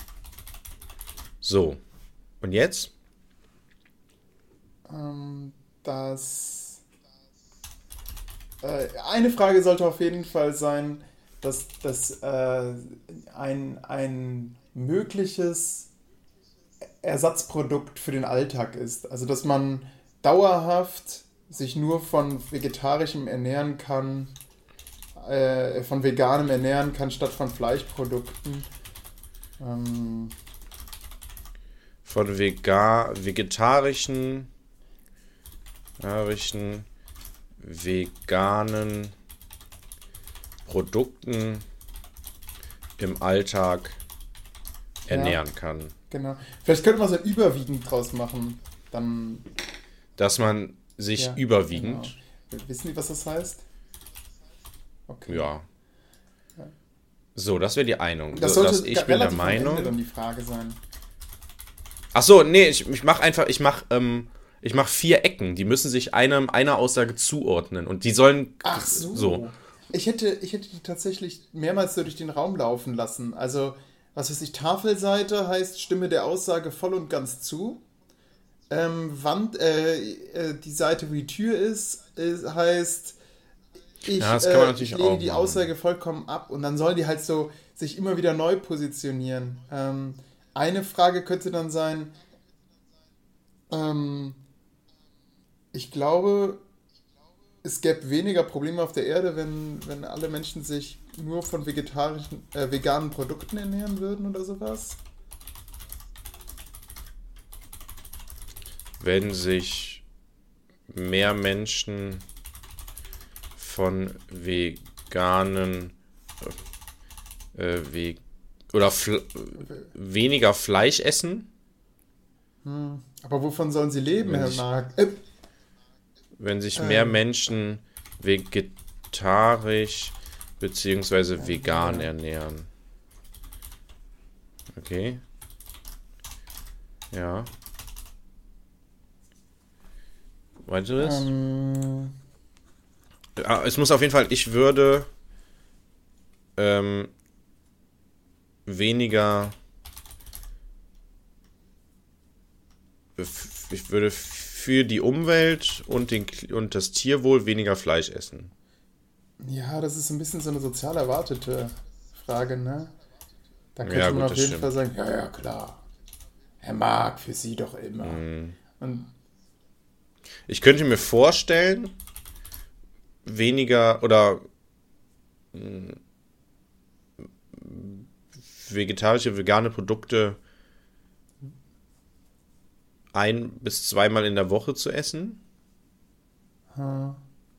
So. Und jetzt? Ähm, das. Äh, eine Frage sollte auf jeden Fall sein, dass das äh, ein, ein mögliches Ersatzprodukt für den Alltag ist. Also, dass man dauerhaft sich nur von vegetarischem ernähren kann, äh, von veganem ernähren kann, statt von Fleischprodukten. Ähm, Von vega vegetarischen, vegetarischen, veganen Produkten im Alltag ernähren kann. Genau. Vielleicht könnte man so ein überwiegend draus machen. Dann. Dass man sich Ja, überwiegend. genau. Wissen die, was das heißt? Okay. Ja. So, das wäre die Einung. Das So, sollte dass ich ga- bin der relativ am Ende Meinung. dann die Frage sein. Ach so, nee, ich, ich mache einfach, ich mache ähm, ich mach vier Ecken. Die müssen sich einem einer Aussage zuordnen. Und die sollen. Ach so. So. Ich hätte, ich hätte die tatsächlich mehrmals so durch den Raum laufen lassen. Also, was weiß ich, Tafelseite heißt Stimme der Aussage voll und ganz zu. Ähm, Wand, äh, äh, die Seite, wo die Tür ist, ist heißt, ich, Ja, das kann man äh, natürlich ich lehne auch die machen. Aussage vollkommen ab und dann sollen die halt so sich immer wieder neu positionieren. Ähm, eine Frage könnte dann sein, ähm, ich glaube, es gäbe weniger Probleme auf der Erde, wenn, wenn alle Menschen sich nur von vegetarischen, äh, veganen Produkten ernähren würden oder sowas. Wenn sich mehr Menschen von veganen äh, ve oder fl weniger Fleisch essen, Hm. Aber wovon sollen sie leben, Wenn Herr sich- Mark? Äh, wenn sich Ähm. mehr Menschen vegetarisch beziehungsweise vegan ernähren. Okay. Ja. Weiteres? ähm, Ah, es muss auf jeden Fall, ich würde ähm, weniger, f- ich würde für die Umwelt und, den, und das Tierwohl weniger Fleisch essen. ja, das ist ein bisschen so eine sozial erwartete Frage, ne? Da könnte Ja, man gut, auf das jeden stimmt. Fall sagen, ja, ja, klar. Herr Mark, für Sie doch immer. Mhm. Und Ich könnte mir vorstellen, weniger oder mh, vegetarische, vegane Produkte ein- bis zweimal in der Woche zu essen. hm,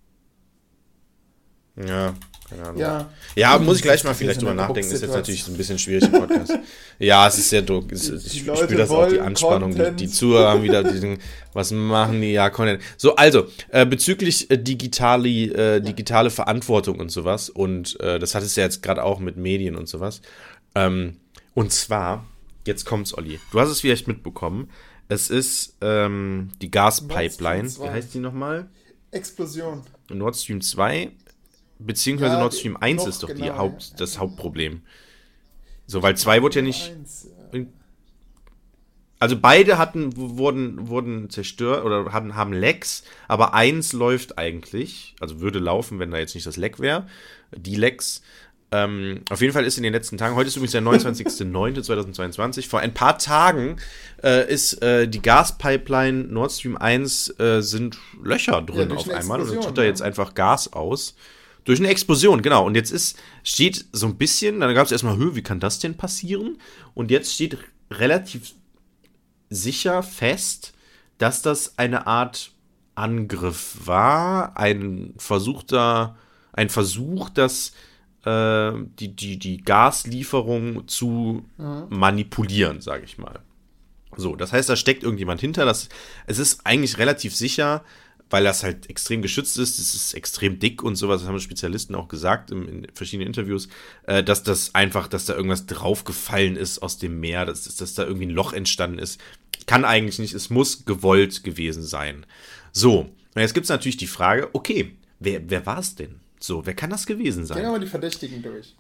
Ja, keine Ahnung. ja, Ja, muss ich gleich mal Wir vielleicht sind drüber in einer nachdenken. Ist jetzt Drucksituation. natürlich so ein bisschen schwierig im Podcast. Ja, es ist sehr druck. Es- Die- Ich, die ich Leute spüre das auch, die wollen Anspannung. Die, Content. die Zuhörer haben wieder diesen, was machen die? Ja, Content. So, also, äh, bezüglich äh, digitale, äh, digitale Verantwortung und sowas. Und äh, das hat es ja jetzt gerade auch mit Medien und sowas. Ähm, und zwar, jetzt kommt's, Olli. Du hast es vielleicht mitbekommen. Es ist ähm, die Gaspipeline. Nord Stream Wie heißt die nochmal? Explosion. Nord Stream zwei. Beziehungsweise Ja, Nord Stream eins noch ist doch die genau, Haupt, ja. das Hauptproblem. So, weil zwei wurde ja nicht. Eins, ja. Also beide hatten, wurden, wurden zerstört oder hatten, haben Lecks, aber eins läuft eigentlich, also würde laufen, wenn da jetzt nicht das Leck wäre. Die Lecks. Ähm, auf jeden Fall ist in den letzten Tagen, heute ist übrigens der neunundzwanzigster neunter zweitausendzweiundzwanzig, vor ein paar Tagen äh, ist äh, die Gaspipeline Nord Stream eins äh, sind Löcher drin durch auf eine einmal und dann Explosion, tritt da ne? jetzt einfach Gas aus. Durch eine Explosion, genau. Und jetzt ist, steht so ein bisschen, dann gab es erstmal, Hö, wie kann das denn passieren? Und jetzt steht relativ sicher fest, dass das eine Art Angriff war, ein versuchter, ein Versuch, dass äh, die, die, die Gaslieferung zu manipulieren, sage ich mal. So, das heißt, da steckt irgendjemand hinter. Das, es ist eigentlich relativ sicher, weil das halt extrem geschützt ist, es ist extrem dick und sowas, das haben Spezialisten auch gesagt in, in verschiedenen Interviews, äh, dass das einfach, dass da irgendwas draufgefallen ist aus dem Meer, dass, dass da irgendwie ein Loch entstanden ist. Kann eigentlich nicht, es muss gewollt gewesen sein. So, und jetzt gibt es natürlich die Frage, okay, wer, wer war es denn? So, wer kann das gewesen sein? Gehen wir mal die Verdächtigen durch.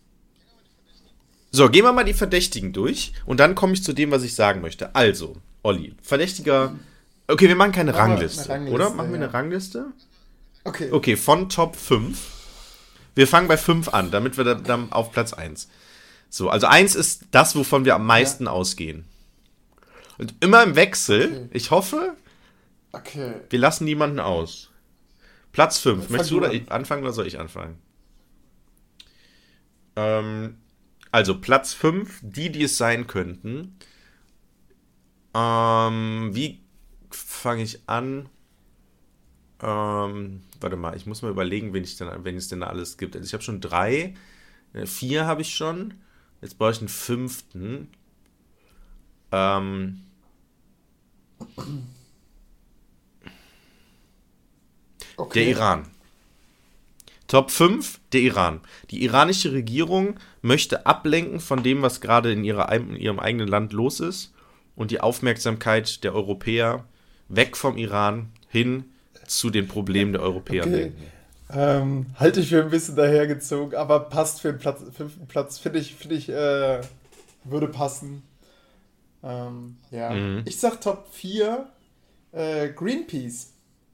So, gehen wir mal die Verdächtigen durch und dann komme ich zu dem, was ich sagen möchte. Also, Olli, Verdächtiger. Okay, wir machen keine Machen wir Rangliste, eine Rangliste, oder? Machen wir ja. eine Rangliste? Okay. Okay, von Top fünf. Wir fangen bei fünf an, damit wir dann- dann auf Platz eins. So, also eins ist das, wovon wir am meisten ausgehen. Und immer im Wechsel, Okay. ich hoffe, Okay. wir lassen niemanden aus. Platz fünf. Fang Möchtest du du oder an. ich anfangen oder soll ich anfangen? Ähm, also Platz fünf, die, die es sein könnten. Ähm, wie fange ich an? Ähm, warte mal, ich muss mal überlegen, wen, ich denn, wen es denn da alles gibt. Also ich habe schon drei, äh, vier habe ich schon. Jetzt brauche ich einen fünften. Ähm, Okay. der Iran. Top fünf, der Iran. Die iranische Regierung möchte ablenken von dem, was gerade in, ihrer, in ihrem eigenen Land los ist und die Aufmerksamkeit der Europäer weg vom Iran hin zu den Problemen der Europäer Okay. lenken. Ähm, halte ich für ein bisschen dahergezogen, aber passt für den Platz, fünften Platz, finde ich, finde ich, äh, würde passen. Ähm, ja. Mhm. Ich sag Top vier, äh, Greenpeace.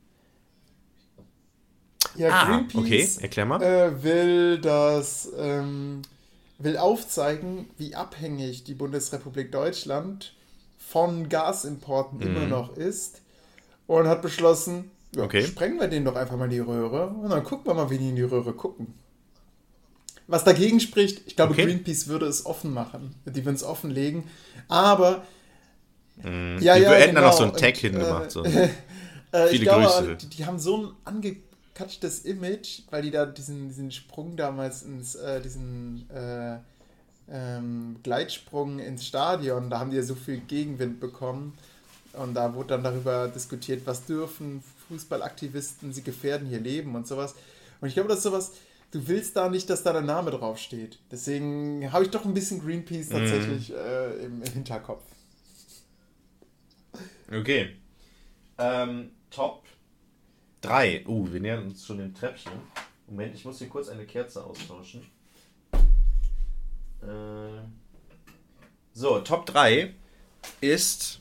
Ja, Ah, okay, Greenpeace erklär mal. äh, will das, ähm, will aufzeigen, wie abhängig die Bundesrepublik Deutschland von Gasimporten immer Mhm. noch ist und hat beschlossen, ja, Okay. sprengen wir denen doch einfach mal in die Röhre und dann gucken wir mal, wie die in die Röhre gucken. Was dagegen spricht, ich glaube, Okay. Greenpeace würde es offen machen. Die würden es offenlegen. Aber, Mhm. ja, Die ja, hätten dann noch genau. so einen Tag Und, hingemacht. äh, So. äh, ich Viele glaube, Grüße. die, die haben so ein angekatschtes Image, weil die da diesen, diesen Sprung damals ins, äh, diesen äh, ähm, Gleitsprung ins Stadion, da haben die ja so viel Gegenwind bekommen. Und da wurde dann darüber diskutiert, was dürfen Fußballaktivisten, sie gefährden ihr Leben und sowas. Und ich glaube, das ist sowas, du willst da nicht, dass da der Name draufsteht. Deswegen habe ich doch ein bisschen Greenpeace Mhm. tatsächlich äh, im, im Hinterkopf. Okay. Ähm, Top drei. Uh, wir nähern uns schon dem Treppchen. Moment, ich muss hier kurz eine Kerze austauschen. Äh, so, Top drei ist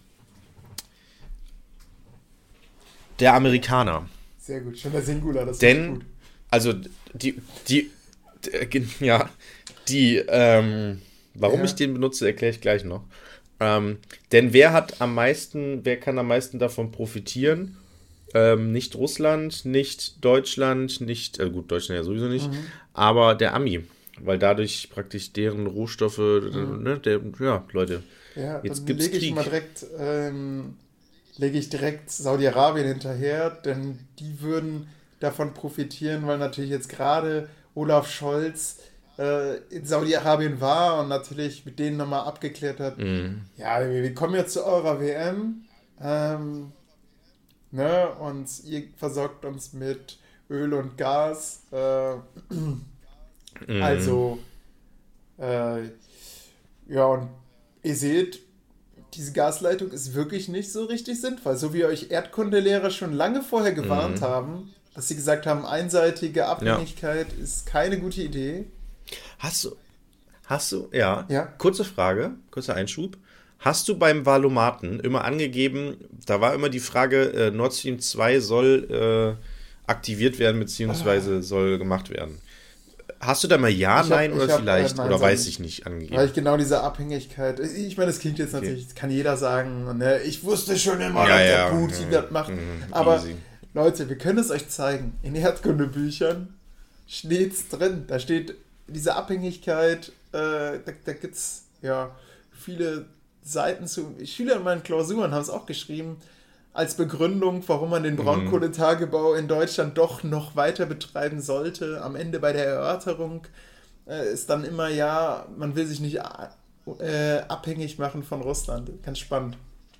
der Amerikaner. Sehr gut, schon der Singular, das ist Denn, gut. also, die, die, die ja, die, ähm, warum Ja. ich den benutze, erkläre ich gleich noch. Ähm, denn wer hat am meisten, wer kann am meisten davon profitieren? Ähm, nicht Russland, nicht Deutschland, nicht, äh, gut, Deutschland ja sowieso nicht, Mhm. aber der Ami, weil dadurch praktisch deren Rohstoffe, Mhm. ne, der, ja, Leute, Ja, jetzt dann gibt's lege ich Krieg. mal direkt, ähm, lege ich direkt Saudi-Arabien hinterher, denn die würden davon profitieren, weil natürlich jetzt gerade Olaf Scholz äh, in Saudi-Arabien war und natürlich mit denen nochmal abgeklärt hat, Mhm. ja, wir, wir kommen jetzt zu eurer W M, ähm, ne, und ihr versorgt uns mit Öl und Gas, äh, Mhm. also, äh, ja, und ihr seht, diese Gasleitung ist wirklich nicht so richtig sinnvoll. So wie euch Erdkundelehrer schon lange vorher gewarnt Mhm. haben, dass sie gesagt haben, einseitige Abhängigkeit ist keine gute Idee. Hast du, hast du, ja, Ja. kurze Frage, kurzer Einschub. Hast du beim Valomaten immer angegeben, da war immer die Frage, äh, Nord Stream zwei soll äh, aktiviert werden, beziehungsweise soll gemacht werden. Hast du da mal Ja, Ich hab- Nein ich oder hab, äh, vielleicht, Nein, oder sag weiß ich. ich nicht, Weil angegeben? ich genau diese Abhängigkeit, ich meine, das klingt jetzt natürlich, das kann jeder sagen, ne? Ich wusste schon immer, Ja, dass ja, der Putin ja, das macht. mhm, Aber easy. Leute, wir können es euch zeigen. In Erdkundebüchern steht's drin. Da steht diese Abhängigkeit, äh, da, da gibt es ja viele Seiten zu. Schüler in meinen Klausuren haben es auch geschrieben, als Begründung, warum man den Braunkohletagebau in Deutschland doch noch weiter betreiben sollte. Am Ende bei der Erörterung äh, ist dann immer, ja, man will sich nicht äh, abhängig machen von Russland. Ganz spannend.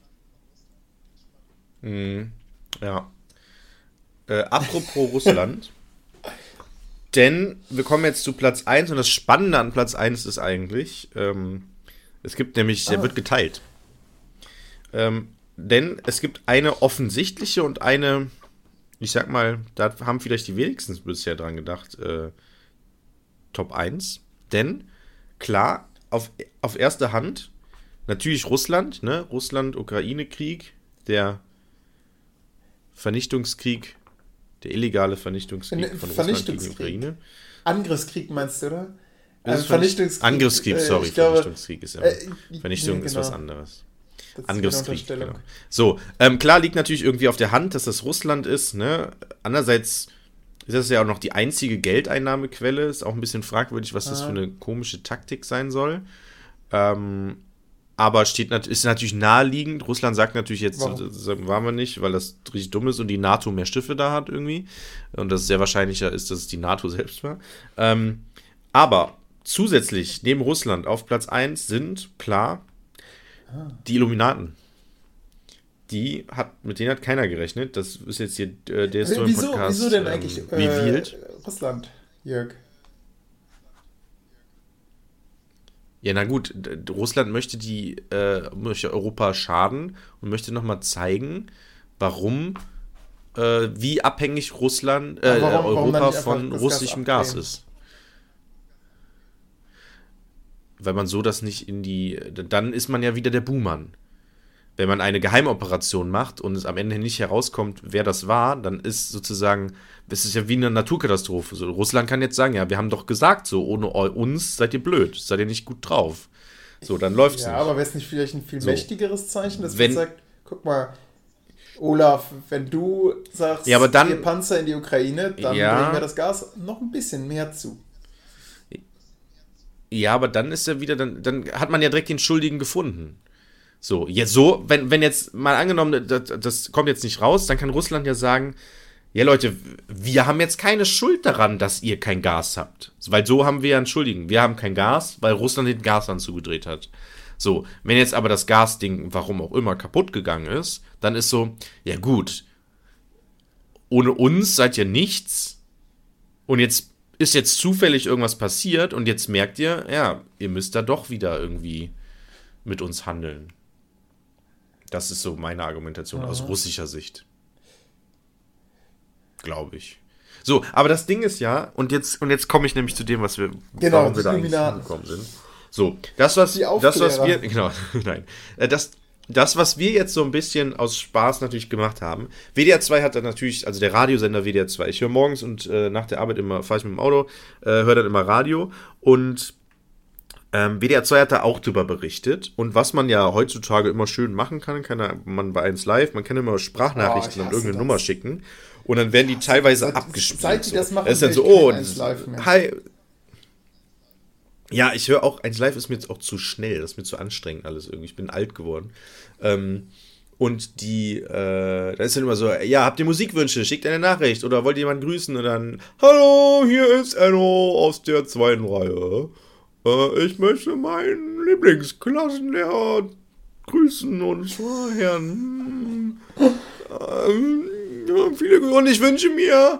Mhm. Ja. Äh, apropos Russland. Denn wir kommen jetzt zu Platz eins und das Spannende an Platz eins ist eigentlich, ähm, es gibt nämlich, der Ah. wird geteilt. Ähm, denn es gibt eine offensichtliche und eine, ich sag mal, da haben vielleicht die wenigsten bisher dran gedacht, äh, Top eins. Denn, klar, auf, auf erste Hand, natürlich Russland, ne? Russland-Ukraine-Krieg, der Vernichtungskrieg, der illegale Vernichtungskrieg Ein von Russland gegen die Vernichtungskrieg. Ukraine. Angriffskrieg meinst du, oder? Ist Also es Vernicht- Vernichtungskrieg. Angriffskrieg, äh, sorry, ich glaube, Vernichtungskrieg ist immer. äh, Vernichtung nee, ist was genau. anderes. Das ist Angriffskrieg, eine Unterstellung. genau. So, ähm, klar liegt natürlich irgendwie auf der Hand, dass das Russland ist, ne? Andererseits ist das ja auch noch die einzige Geldeinnahmequelle. Ist auch ein bisschen fragwürdig, was das Aha. für eine komische Taktik sein soll. Ähm, aber steht nat- ist natürlich naheliegend. Russland sagt natürlich jetzt, Warum? das waren wir nicht, weil das richtig dumm ist und die NATO mehr Schiffe da hat irgendwie. Und dass es sehr wahrscheinlicher ist, dass es die NATO selbst war. Ähm, aber zusätzlich neben Russland auf Platz eins sind, klar, Die Illuminaten. Die hat, mit denen hat keiner gerechnet. Das ist jetzt hier äh, der Historien-Podcast. Wieso, wieso denn ähm, eigentlich revealed. Äh, Russland, Jörg? Ja, na gut, Russland möchte die äh, möchte Europa schaden und möchte nochmal zeigen, warum, äh, wie abhängig Russland, äh, warum, Europa warum von russischem Gas, Gas ist. Weil man so das nicht in die, dann ist man ja wieder der Buhmann. Wenn man eine Geheimoperation macht und es am Ende nicht herauskommt, wer das war, dann ist sozusagen, es ist ja wie eine Naturkatastrophe. So, Russland kann jetzt sagen, ja, wir haben doch gesagt, so ohne uns seid ihr blöd, seid ihr nicht gut drauf. So, dann läuft's ja, nicht. Ja, aber wäre es nicht vielleicht ein viel so. mächtigeres Zeichen, dass wenn, man sagt, guck mal, Olaf, wenn du sagst, ja, aber dann, wir Panzer in die Ukraine, dann ja, bringen wir das Gas noch ein bisschen mehr zu. Ja, aber dann ist ja wieder, dann, dann hat man ja direkt den Schuldigen gefunden. So, jetzt so, wenn, wenn jetzt mal angenommen, das, das kommt jetzt nicht raus, dann kann Russland ja sagen, ja Leute, wir haben jetzt keine Schuld daran, dass ihr kein Gas habt. Weil so haben wir ja einen Schuldigen. Wir haben kein Gas, weil Russland den Gashahn zugedreht hat. So, wenn jetzt aber das Gasding, warum auch immer, kaputt gegangen ist, dann ist so, ja gut, ohne uns seid ihr nichts und jetzt ist jetzt zufällig irgendwas passiert und jetzt merkt ihr, ja, ihr müsst da doch wieder irgendwie mit uns handeln. Das ist so meine Argumentation Aha. aus russischer Sicht. Glaube ich. So, aber das Ding ist ja, und jetzt, und jetzt komme ich nämlich zu dem, was wir, genau, warum wir da eigentlich hingekommen sind. So, das, was, das, was wir, genau, nein, das, das, was wir jetzt so ein bisschen aus Spaß natürlich gemacht haben, W D R zwei hat dann natürlich, also der Radiosender W D R zwei, ich höre morgens und äh, nach der Arbeit immer, fahre ich mit dem Auto, äh, höre dann immer Radio und Ähm, W D R zwei hat da auch drüber berichtet. Und was man ja heutzutage immer schön machen kann, kann man bei eins Live, man kann immer Sprachnachrichten oh, an irgendeine das. Nummer schicken. Und dann werden die teilweise seit, abgespielt. Seit die das machen, das ist dann so, oh, eins Live mehr. Hi. Ja, ich höre auch, eins Live ist mir jetzt auch zu schnell, das ist mir zu anstrengend alles irgendwie. Ich bin alt geworden. Ähm, und die, äh, da ist dann immer so, ja, habt ihr Musikwünsche, schickt eine Nachricht oder wollt ihr jemanden grüßen? Und dann, hallo, hier ist Enno aus der zweiten Reihe. Ich möchte meinen Lieblingsklassenlehrer grüßen und zwar Herrn ähm, ja, viele Grüße und ich wünsche mir,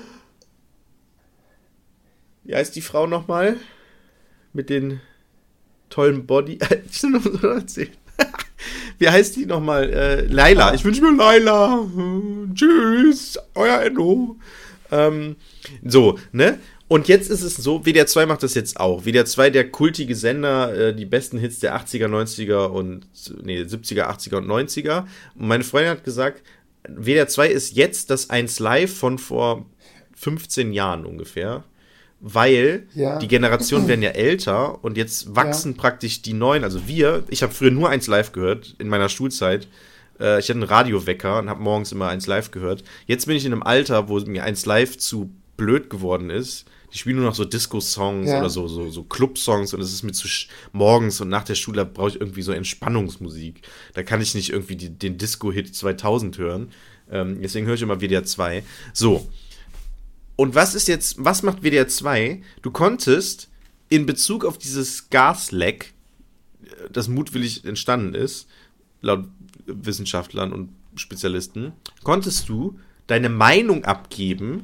wie heißt die Frau nochmal mit den tollen Body, wie heißt die nochmal, äh, Laila, ich wünsche mir Laila, tschüss, euer Enno, ähm, so, ne? Und jetzt ist es so, W D R zwei macht das jetzt auch. W D R zwei, der kultige Sender, äh, die besten Hits der achtziger, neunziger und, nee, siebziger, achtziger und neunziger. Und meine Freundin hat gesagt, W D R zwei ist jetzt das eins Live von vor fünfzehn Jahren ungefähr, weil ja. die Generationen werden ja älter und jetzt wachsen ja. praktisch die Neuen, also wir, ich habe früher nur eins Live gehört in meiner Schulzeit. Äh, ich hatte einen Radiowecker und habe morgens immer eins Live gehört. Jetzt bin ich in einem Alter, wo mir eins Live zu blöd geworden ist. Die spielen nur noch so Disco-Songs ja. oder so, so, so Club-Songs und es ist mir zu sch- morgens und nach der Schule brauche ich irgendwie so Entspannungsmusik. Da kann ich nicht irgendwie die, den Disco-Hit zweitausend hören. Ähm, deswegen höre ich immer W D R zwei. So. Und was ist jetzt, was macht W D R zwei? Du konntest in Bezug auf dieses Gasleck, das mutwillig entstanden ist, laut Wissenschaftlern und Spezialisten, konntest du deine Meinung abgeben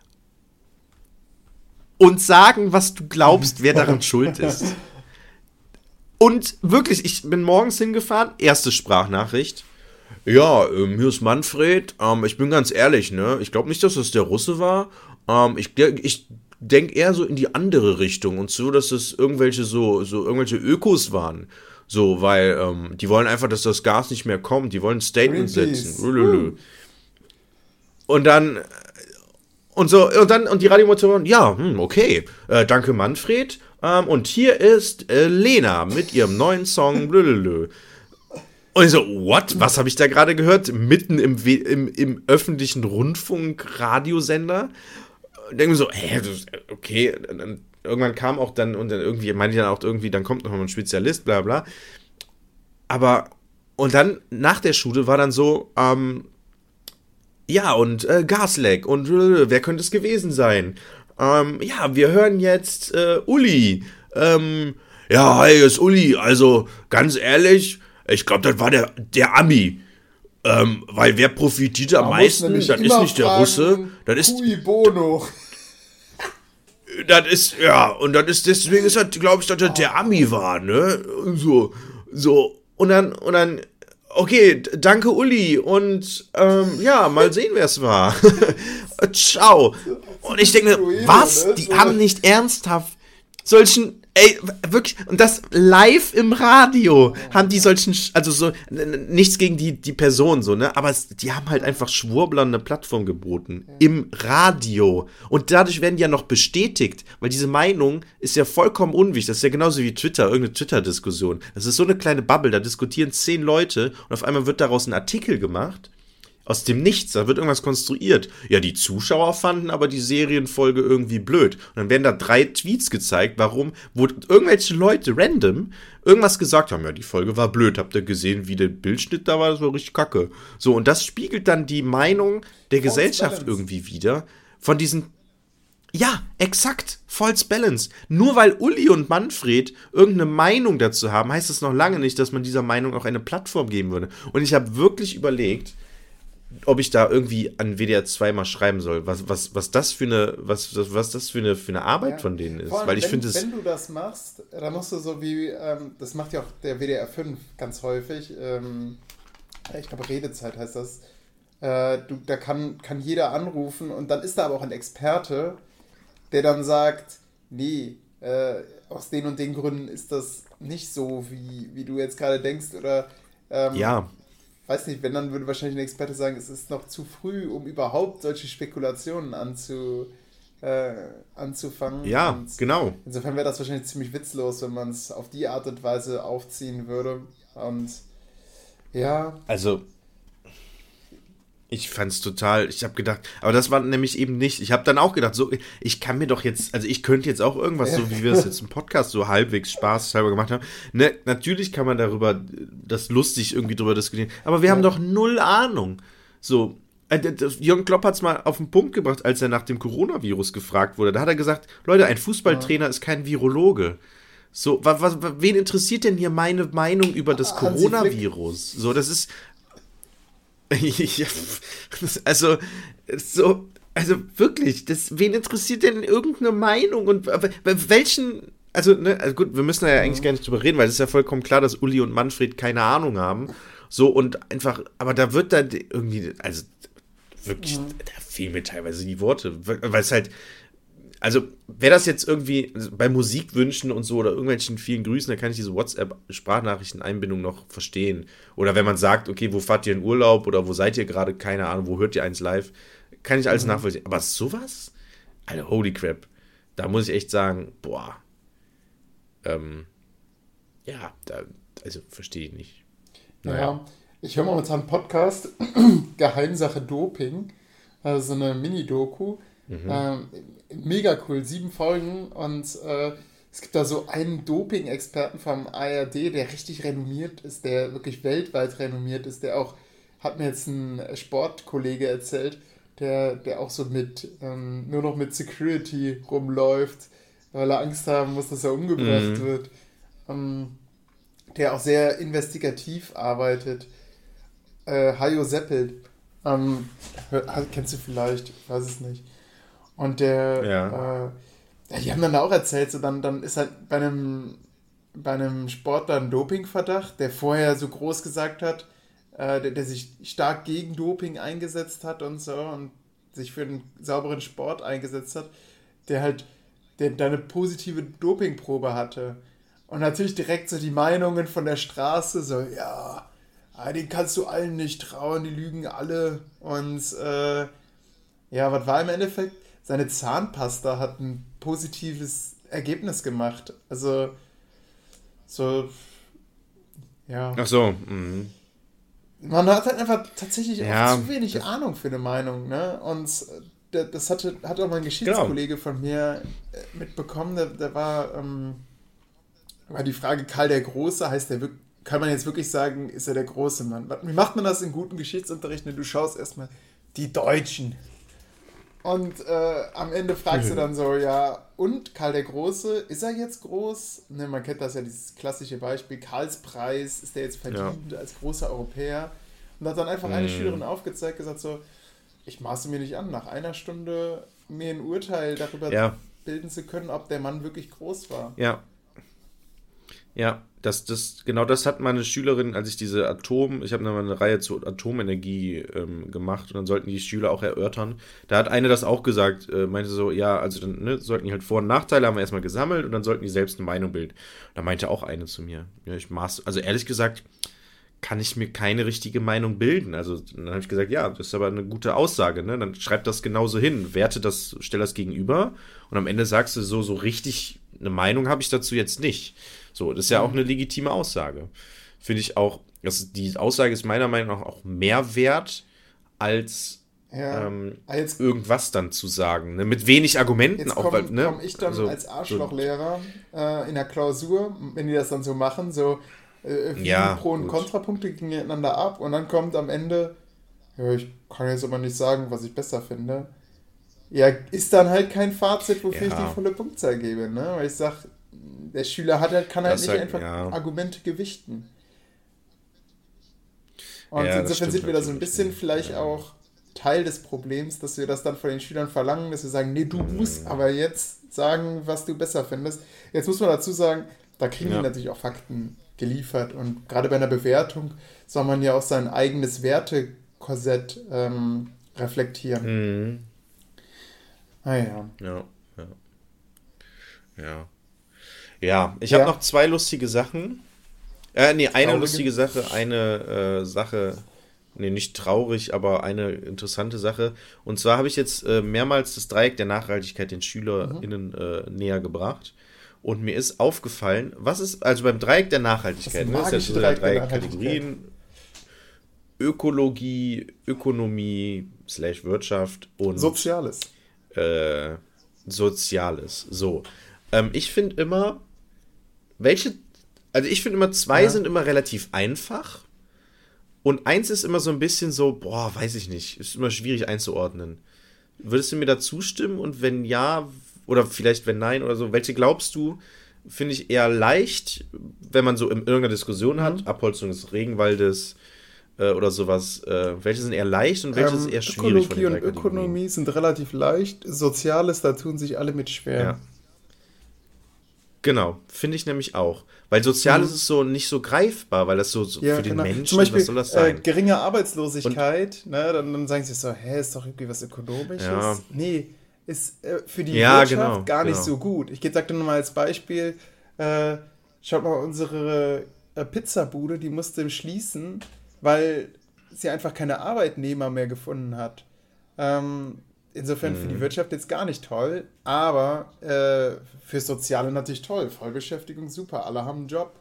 und sagen, was du glaubst, wer daran schuld ist. Und wirklich, ich bin morgens hingefahren, erste Sprachnachricht. Ja, ähm, hier ist Manfred. Ähm, ich bin ganz ehrlich, ne? Ich glaube nicht, dass das der Russe war. Ähm, ich ich denke eher so in die andere Richtung und so, dass es irgendwelche so, so irgendwelche Ökos waren. So, weil ähm, die wollen einfach, dass das Gas nicht mehr kommt. Die wollen ein Statement setzen. Und dann und so und dann und die Radiomoderatorin, ja, hm, okay, äh, danke Manfred. Ähm, und hier ist äh, Lena mit ihrem neuen Song. Blödelö. Und ich so, what? Was habe ich da gerade gehört? Mitten im, im, im öffentlichen Rundfunk-Radiosender. Denke mir so, hä, okay. Dann, irgendwann kam auch dann, und dann irgendwie, meinte ich dann auch irgendwie, dann kommt noch mal ein Spezialist, bla bla. Aber, und dann, nach der Schule war dann so, ähm, ja, und äh, Gasleck und äh, wer könnte es gewesen sein? Ähm, ja, wir hören jetzt äh, Uli. Ähm, ja, hi, ist Uli. Also, ganz ehrlich, ich glaube, das war der, der Ami. Ähm, weil wer profitiert am Man muss meisten? nämlich Das ist immer nicht der fragen, Russe. Das ist, Cui bono. das ist, ja, und das ist, deswegen ist das, glaube ich, dass das der Ami war, ne? So, so. Und dann, und dann, okay, d- danke Uli und, ähm, ja, mal sehen, wer es war. Ciao. Und ich denke mir, was? Die haben nicht ernsthaft solchen, ey, wirklich, und das live im Radio haben die solchen, Sch- also so, n- n- nichts gegen die, die Person so, ne, aber es, die haben halt einfach Schwurblern eine Plattform geboten, im Radio, und dadurch werden die ja noch bestätigt, weil diese Meinung ist ja vollkommen unwichtig, das ist ja genauso wie Twitter, irgendeine Twitter-Diskussion, das ist so eine kleine Bubble, da diskutieren zehn Leute und auf einmal wird daraus ein Artikel gemacht, aus dem Nichts, da wird irgendwas konstruiert. Ja, die Zuschauer fanden aber die Serienfolge irgendwie blöd. Und dann werden da drei Tweets gezeigt, warum, wo irgendwelche Leute random irgendwas gesagt haben. Ja, die Folge war blöd. Habt ihr gesehen, wie der Bildschnitt da war? Das war richtig kacke. So, und das spiegelt dann die Meinung der False Gesellschaft balance. irgendwie wieder. Von diesen, ja, exakt, false balance. Nur weil Uli und Manfred irgendeine Meinung dazu haben, heißt das noch lange nicht, dass man dieser Meinung auch eine Plattform geben würde. Und ich habe wirklich überlegt, ob ich da irgendwie an W D R zwei mal schreiben soll, was, was, was das für eine, was, was, was das für eine, für eine Arbeit Ja. von denen ist. Vor allem, Weil ich wenn, finde es. wenn du das machst, dann musst du so wie, ähm, das macht ja auch der W D R fünf ganz häufig, ähm, ich glaube Redezeit heißt das, äh, du, da kann, kann jeder anrufen und dann ist da aber auch ein Experte, der dann sagt, nee, äh, aus den und den Gründen ist das nicht so, wie, wie du jetzt gerade denkst oder ähm, Ja, weiß nicht, wenn, dann würde wahrscheinlich ein Experte sagen, es ist noch zu früh, um überhaupt solche Spekulationen anzu, äh, anzufangen. ja, Und genau. insofern wäre das wahrscheinlich ziemlich witzlos, wenn man es auf die Art und Weise aufziehen würde. Und ja, Also, ich fand's total, ich habe gedacht, aber das war nämlich eben nicht, ich habe dann auch gedacht, so, ich kann mir doch jetzt, also ich könnte jetzt auch irgendwas, so wie wir es jetzt im Podcast so halbwegs spaßhalber gemacht haben, ne, natürlich kann man darüber, das lustig irgendwie drüber diskutieren, aber wir Ja. haben doch null Ahnung, so, äh, das- Jürgen Klopp hat's mal auf den Punkt gebracht, als er nach dem Coronavirus gefragt wurde, da hat er gesagt, Leute, ein Fußballtrainer ist kein Virologe. So, was, was, wen interessiert denn hier meine Meinung über das Hansi Flick. Coronavirus? So, das ist, ja, also, so, also wirklich, das, wen interessiert denn irgendeine Meinung und w- w- welchen, also, ne, also gut, wir müssen da ja eigentlich gar nicht drüber reden, weil es ist ja vollkommen klar, dass Uli und Manfred keine Ahnung haben, so und einfach, aber da wird dann irgendwie, also wirklich, da fehlen mir teilweise die Worte, weil es halt, also, wer das jetzt irgendwie also bei Musikwünschen und so oder irgendwelchen vielen Grüßen, da kann ich diese WhatsApp-Sprachnachrichten-Einbindung noch verstehen. Oder wenn man sagt, okay, wo fahrt ihr in Urlaub oder wo seid ihr gerade, keine Ahnung, wo hört ihr eins live, kann ich alles nachvollziehen. Aber sowas? Alter, holy crap. Da muss ich echt sagen, boah. Ähm, ja, da, also verstehe ich nicht. Naja. ja. Ich höre momentan einen Podcast, Geheimsache Doping, also eine Mini-Doku. Ähm, mega cool, sieben Folgen und äh, es gibt da so einen Doping-Experten vom A R D, der richtig renommiert ist, der wirklich weltweit renommiert ist, der auch, hat mir jetzt ein Sportkollege erzählt, der, der auch so mit, ähm, nur noch mit Security rumläuft, weil er Angst haben muss, dass er umgebracht Mhm. wird, ähm, der auch sehr investigativ arbeitet, äh, Hajo Seppelt, ähm, hör- kennst du vielleicht, ich weiß es nicht. Und der, Ja. äh, ja, die haben dann auch erzählt, so dann, dann ist halt bei einem, bei einem Sportler ein Dopingverdacht, der vorher so groß gesagt hat, äh, der, der sich stark gegen Doping eingesetzt hat und so und sich für einen sauberen Sport eingesetzt hat, der halt, der da eine positive Dopingprobe hatte. Und natürlich direkt so die Meinungen von der Straße, so, ja, ah, den kannst du allen nicht trauen, die lügen alle. Und äh, ja, was war im Endeffekt? Seine Zahnpasta hat ein positives Ergebnis gemacht. Also, so, ja. Ach so. Mhm. Man hat halt einfach tatsächlich Ja, auch zu wenig Ahnung für eine Meinung, ne? Und äh, das hatte, hat auch mal ein Geschichtskollege von mir äh, mitbekommen, der, der war, ähm, war die Frage, Karl der Große, heißt der wirklich, kann man jetzt wirklich sagen, ist er der große Mann? Wie macht man das in guten Geschichtsunterricht? Ne? Du schaust erstmal die Deutschen. Und äh, am Ende fragst du dann so, ja, und Karl der Große, ist er jetzt groß? Ne, man kennt das ja, dieses klassische Beispiel, Karlspreis, ist der jetzt verdient ja. als großer Europäer? Und hat dann einfach eine mm. Schülerin aufgezeigt, gesagt so, ich maße mir nicht an, nach einer Stunde mir ein Urteil darüber ja. bilden zu können, ob der Mann wirklich groß war. Ja. Ja, das, das, genau das hat meine Schülerin, als ich diese Atom, ich habe mal eine Reihe zur Atomenergie ähm, gemacht und dann sollten die Schüler auch erörtern. Da hat eine das auch gesagt, äh, meinte so, ja, also dann ne, sollten die halt Vor- und Nachteile haben wir erstmal gesammelt und dann sollten die selbst eine Meinung bilden. Da meinte auch eine zu mir, ja, ich maß, also ehrlich gesagt, kann ich mir keine richtige Meinung bilden. Also dann habe ich gesagt, ja, das ist aber eine gute Aussage, ne? Dann schreib das genauso hin, werte das, stell das gegenüber und am Ende sagst du so, so richtig eine Meinung habe ich dazu jetzt nicht. So, das ist ja auch eine legitime Aussage. Finde ich auch, das, die Aussage ist meiner Meinung nach auch mehr wert, als ja, ähm, jetzt, irgendwas dann zu sagen. Ne? Mit wenig Argumenten jetzt auch. Jetzt ne? komme ich dann also, als Arschlochlehrer äh, in der Klausur, wenn die das dann so machen, so äh, ja, Pro- und Kontrapunkte gegeneinander ab und dann kommt am Ende, ja, ich kann jetzt aber nicht sagen, was ich besser finde. Ja, ist dann halt kein Fazit, wofür ja. ich die volle Punktzahl gebe, ne? Weil ich sage, der Schüler hat halt, kann halt das nicht halt, einfach ja. Argumente gewichten. Und ja, insofern sind wir da so ein bisschen nicht. vielleicht ja. auch Teil des Problems, dass wir das dann von den Schülern verlangen, dass wir sagen, nee, du mhm. musst aber jetzt sagen, was du besser findest. Jetzt muss man dazu sagen, da kriegen ja. die natürlich auch Fakten geliefert und gerade bei einer Bewertung soll man ja auch sein eigenes Wertekorsett ähm, reflektieren. Mhm. Ah ja. Ja, ja. Ja. Ja, ich ja. habe noch zwei lustige Sachen. Äh, nee, eine Traurige. lustige Sache, eine äh, Sache, nee, nicht traurig, aber eine interessante Sache. Und zwar habe ich jetzt äh, mehrmals das Dreieck der Nachhaltigkeit den SchülerInnen mhm. äh, näher gebracht. Und mir ist aufgefallen, was ist, also beim Dreieck der Nachhaltigkeit, das, ne, ist ja so Dreieck drei Kategorien: Ökologie, Ökonomie, slash Wirtschaft und Soziales. Äh, Soziales. So. Ähm, ich finde immer, welche, also ich finde immer, zwei ja. sind immer relativ einfach und eins ist immer so ein bisschen so, boah, weiß ich nicht, ist immer schwierig einzuordnen. Würdest du mir da zustimmen und wenn ja, oder vielleicht wenn nein oder so, welche glaubst du, finde ich eher leicht, wenn man so in irgendeiner Diskussion hat, mhm. Abholzung des Regenwaldes äh, oder sowas, äh, welche sind eher leicht und welche ähm, ist eher schwierig? Ökologie und Ökonomie sind relativ leicht, Soziales, da tun sich alle mit schwer. Ja. Genau, finde ich nämlich auch. Weil Soziales mhm. ist so nicht so greifbar, weil das so, so ja, für den genau. Menschen, Zum Beispiel, was soll das sein? Äh, geringe Arbeitslosigkeit, ne, dann, dann sagen sie so, hä, ist doch irgendwie was Ökonomisches. Ja. Nee, ist äh, für die ja, Wirtschaft genau, gar nicht genau. so gut. Ich sage dir nochmal als Beispiel, äh, schaut mal, unsere äh, Pizzabude, die musste schließen, weil sie einfach keine Arbeitnehmer mehr gefunden hat. Ähm, Insofern mhm. für die Wirtschaft jetzt gar nicht toll, aber äh, für Soziale natürlich toll. Vollbeschäftigung, super, alle haben einen Job.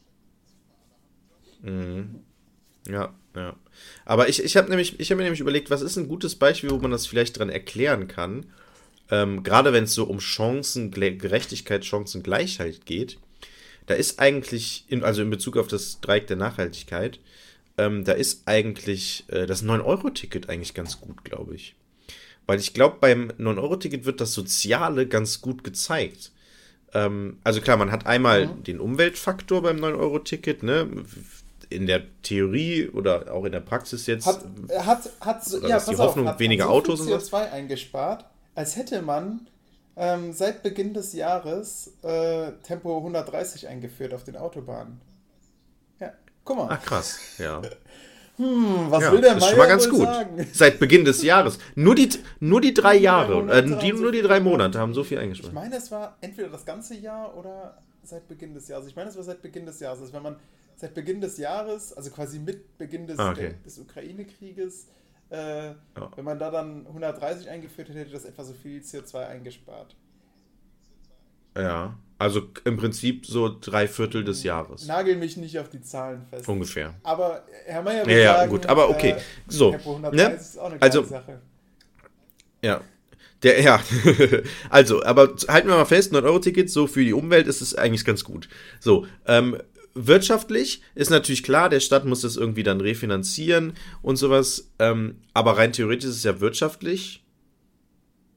Mhm. Ja, ja. Aber ich, ich habe nämlich, ich hab mir nämlich überlegt, was ist ein gutes Beispiel, wo man das vielleicht dran erklären kann, ähm, gerade wenn es so um Chancengerechtigkeit, Chancengleichheit geht. Da ist eigentlich, in, also in Bezug auf das Dreieck der Nachhaltigkeit, ähm, da ist eigentlich äh, das neun Euro Ticket eigentlich ganz gut, glaube ich. Weil ich glaube, beim neun Euro Ticket wird das Soziale ganz gut gezeigt. Ähm, also klar, man hat einmal mhm. den Umweltfaktor beim neun Euro Ticket, ne? In der Theorie oder auch in der Praxis jetzt. Hat, hat, hat so, ja, ist die Hoffnung, auf, hat, weniger hat so Autos und C O zwei so eingespart, als hätte man ähm, seit Beginn des Jahres äh, Tempo hundertdreißig eingeführt auf den Autobahnen. Ja, guck mal. Ach krass, ja. Hm, was ja, will der das ist Meier schon mal ganz wohl gut. sagen? Seit Beginn des Jahres. Nur die, nur die drei Jahre, äh, die, nur die drei Monate haben so viel eingespart. Ich meine, es war entweder das ganze Jahr oder seit Beginn des Jahres. Ich meine, es war seit Beginn des Jahres. Also wenn man seit Beginn des Jahres, also quasi mit Beginn des, ah, okay. äh, des Ukraine-Krieges, äh, ja. wenn man da dann hundertdreißig eingeführt hätte, hätte das etwa so viel C O zwei eingespart. Ja, also im Prinzip so drei Viertel des Jahres. Nagel mich nicht auf die Zahlen fest. Ungefähr. Aber Herr Meier will ja, sagen, ja, gut, aber okay. Äh, so, ne? Ist auch eine also, Sache. Ja. Der, ja, also, aber halten wir mal fest, neun Euro Ticket, so für die Umwelt ist es eigentlich ganz gut. So, ähm, wirtschaftlich ist natürlich klar, der Staat muss das irgendwie dann refinanzieren und sowas, ähm, aber rein theoretisch ist es ja wirtschaftlich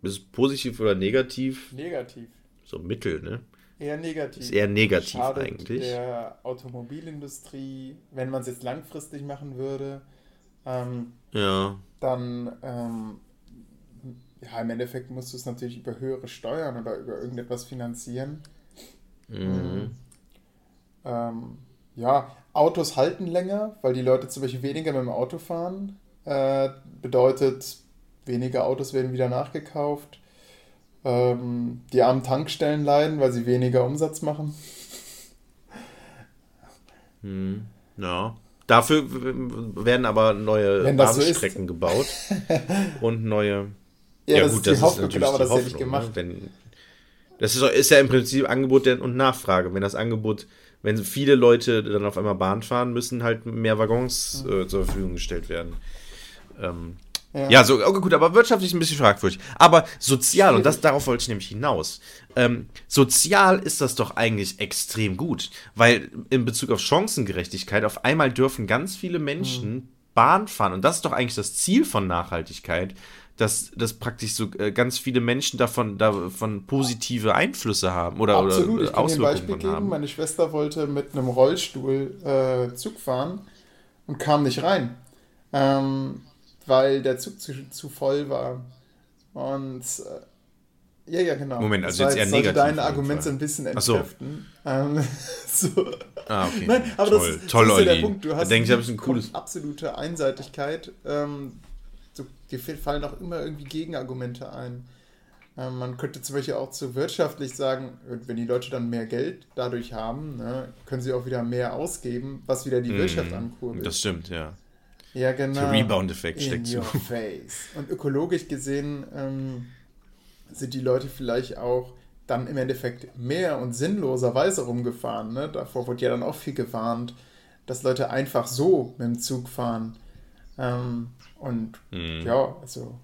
ist es positiv oder negativ? Negativ. So Mittel, ne? Eher negativ. Ist eher negativ Schadet eigentlich. Der Automobilindustrie, wenn man es jetzt langfristig machen würde, ähm, ja. dann, ähm, ja, im Endeffekt musst du es natürlich über höhere Steuern oder über irgendetwas finanzieren. Mhm. Ähm, ja, Autos halten länger, weil die Leute zum Beispiel weniger mit dem Auto fahren. Äh, bedeutet, weniger Autos werden wieder nachgekauft. Ähm, die armen Tankstellen leiden, weil sie weniger Umsatz machen. Mhm. Ja. Dafür w- werden aber neue Wenn das so ist. Bahnstrecken gebaut und neue. Ja, Ja, das gut, ist die das ist Hoffnung, natürlich aber die das hätte ich Hoffnung. gemacht. Ne? Wenn, das ist, ist ja im Prinzip Angebot der- und Nachfrage. Wenn das Angebot, wenn viele Leute dann auf einmal Bahn fahren, müssen halt mehr Waggons äh, zur Verfügung gestellt werden. Ähm, Ja. ja, so, okay, gut, aber wirtschaftlich ein bisschen fragwürdig. Aber sozial, und das, Schwierig. darauf wollte ich nämlich hinaus. Ähm, sozial ist das doch eigentlich extrem gut, weil in Bezug auf Chancengerechtigkeit auf einmal dürfen ganz viele Menschen Bahn fahren. Und das ist doch eigentlich das Ziel von Nachhaltigkeit, dass, dass praktisch so äh, ganz viele Menschen davon, davon positive Einflüsse haben oder, Absolut, oder ich kann dir ein Auswirkungen Beispiel von geben. haben. Meine Schwester wollte mit einem Rollstuhl äh, Zug fahren und kam nicht rein, ähm, weil der Zug zu, zu voll war. Und äh, ja, ja, genau. Moment, Das also war jetzt eher sollte negativ dein in dem Argument Fall. so ein bisschen Ach so. entkräften. Ähm, so. Ah, okay. Nein, aber toll, das ist, toll, das ist ja der Olli. Punkt. Du Da hast denke ich, habe ich nicht ein cooles. absolute Einseitigkeit. Ähm, so, dir fallen auch immer irgendwie Gegenargumente ein. Ähm, man könnte zum Beispiel auch zu wirtschaftlich sagen, wenn die Leute dann mehr Geld dadurch haben, ne, können sie auch wieder mehr ausgeben, was wieder die Wirtschaft Mm, ankurbelt. Das stimmt, ja. Ja, genau. Der Rebound-Effekt In steckt zu. your face. Und ökologisch gesehen ähm, sind die Leute vielleicht auch dann im Endeffekt mehr und sinnloserweise rumgefahren. Ne? Davor wurde ja dann auch viel gewarnt, dass Leute einfach so mit dem Zug fahren. Ähm, und Mm. ja, also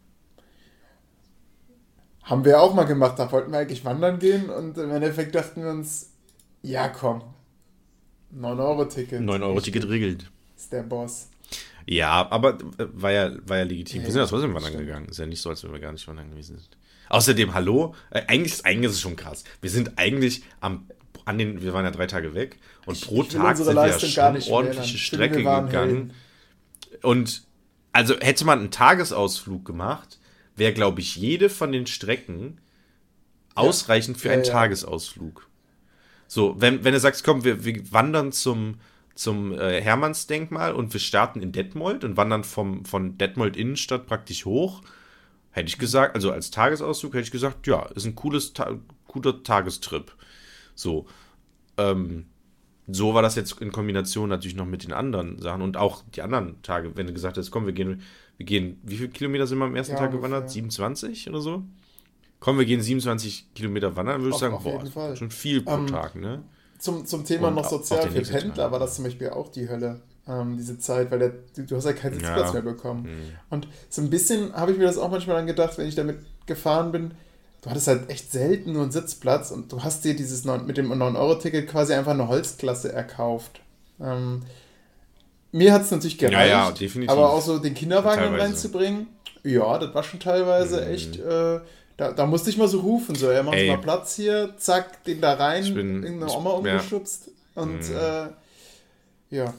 haben wir auch mal gemacht. Da wollten wir eigentlich wandern gehen und im Endeffekt dachten wir uns, ja komm, neun Euro Ticket. neun Euro Ticket regelt. Ist der Boss. Ja, aber äh, war ja, war ja legitim. Ja, wir sind ja ja, trotzdem wandern stimmt. gegangen. Ist ja nicht so, als wenn wir gar nicht wandern gewesen sind. Außerdem, hallo, äh, eigentlich, ist, eigentlich ist es schon krass. Wir sind eigentlich am, an den, wir waren ja drei Tage weg und Ich- pro ich will Tag unsere sind wir ja Leistung gar schon nicht ordentliche schmälern. Ich Strecke finde, wir waren gegangen. Helden. Und also hätte man einen Tagesausflug gemacht, wäre, glaube ich, jede von den Strecken ausreichend für Ja, einen ja. Tagesausflug. So, wenn, wenn du sagst, komm, wir, wir wandern zum, zum äh, Hermannsdenkmal und wir starten in Detmold und wandern vom, von Detmold Innenstadt praktisch hoch, hätte ich gesagt, also als Tagesausflug hätte ich gesagt, ja, ist ein cooles, Ta- cooler Tagestrip. So, ähm, so war das jetzt in Kombination natürlich noch mit den anderen Sachen und auch die anderen Tage, wenn du gesagt hast, komm, wir gehen, wir gehen, wie viele Kilometer sind wir am ersten Ja, Tag ungefähr. gewandert? siebenundzwanzig oder so? Komm, wir gehen siebenundzwanzig Kilometer wandern, würde ich Auf- sagen, auf boah, jeden Fall. schon viel pro Ähm, Tag, ne? Zum, zum Thema Und noch auch- sozial auch der für nächste Pendler Tag, war ja. das zum Beispiel auch die Hölle, ähm, diese Zeit, weil der, du, du hast ja keinen Sitzplatz Ja. mehr bekommen. Mhm. Und so ein bisschen habe ich mir das auch manchmal dann gedacht, wenn ich damit gefahren bin, du hattest halt echt selten nur einen Sitzplatz und du hast dir dieses neun, mit dem neun Euro Ticket quasi einfach eine Holzklasse erkauft. Ähm, mir hat es natürlich gereicht, Ja, ja, definitiv. aber auch so den Kinderwagen dann Teilweise. reinzubringen, ja, das war schon teilweise Mhm. echt, äh, da, da musste ich mal so rufen, so, ja, machen Sie Ey. mal Platz hier, zack, den da rein, Ich bin- irgendeine ich- Oma ja. umgeschubst und Mhm. äh, ja.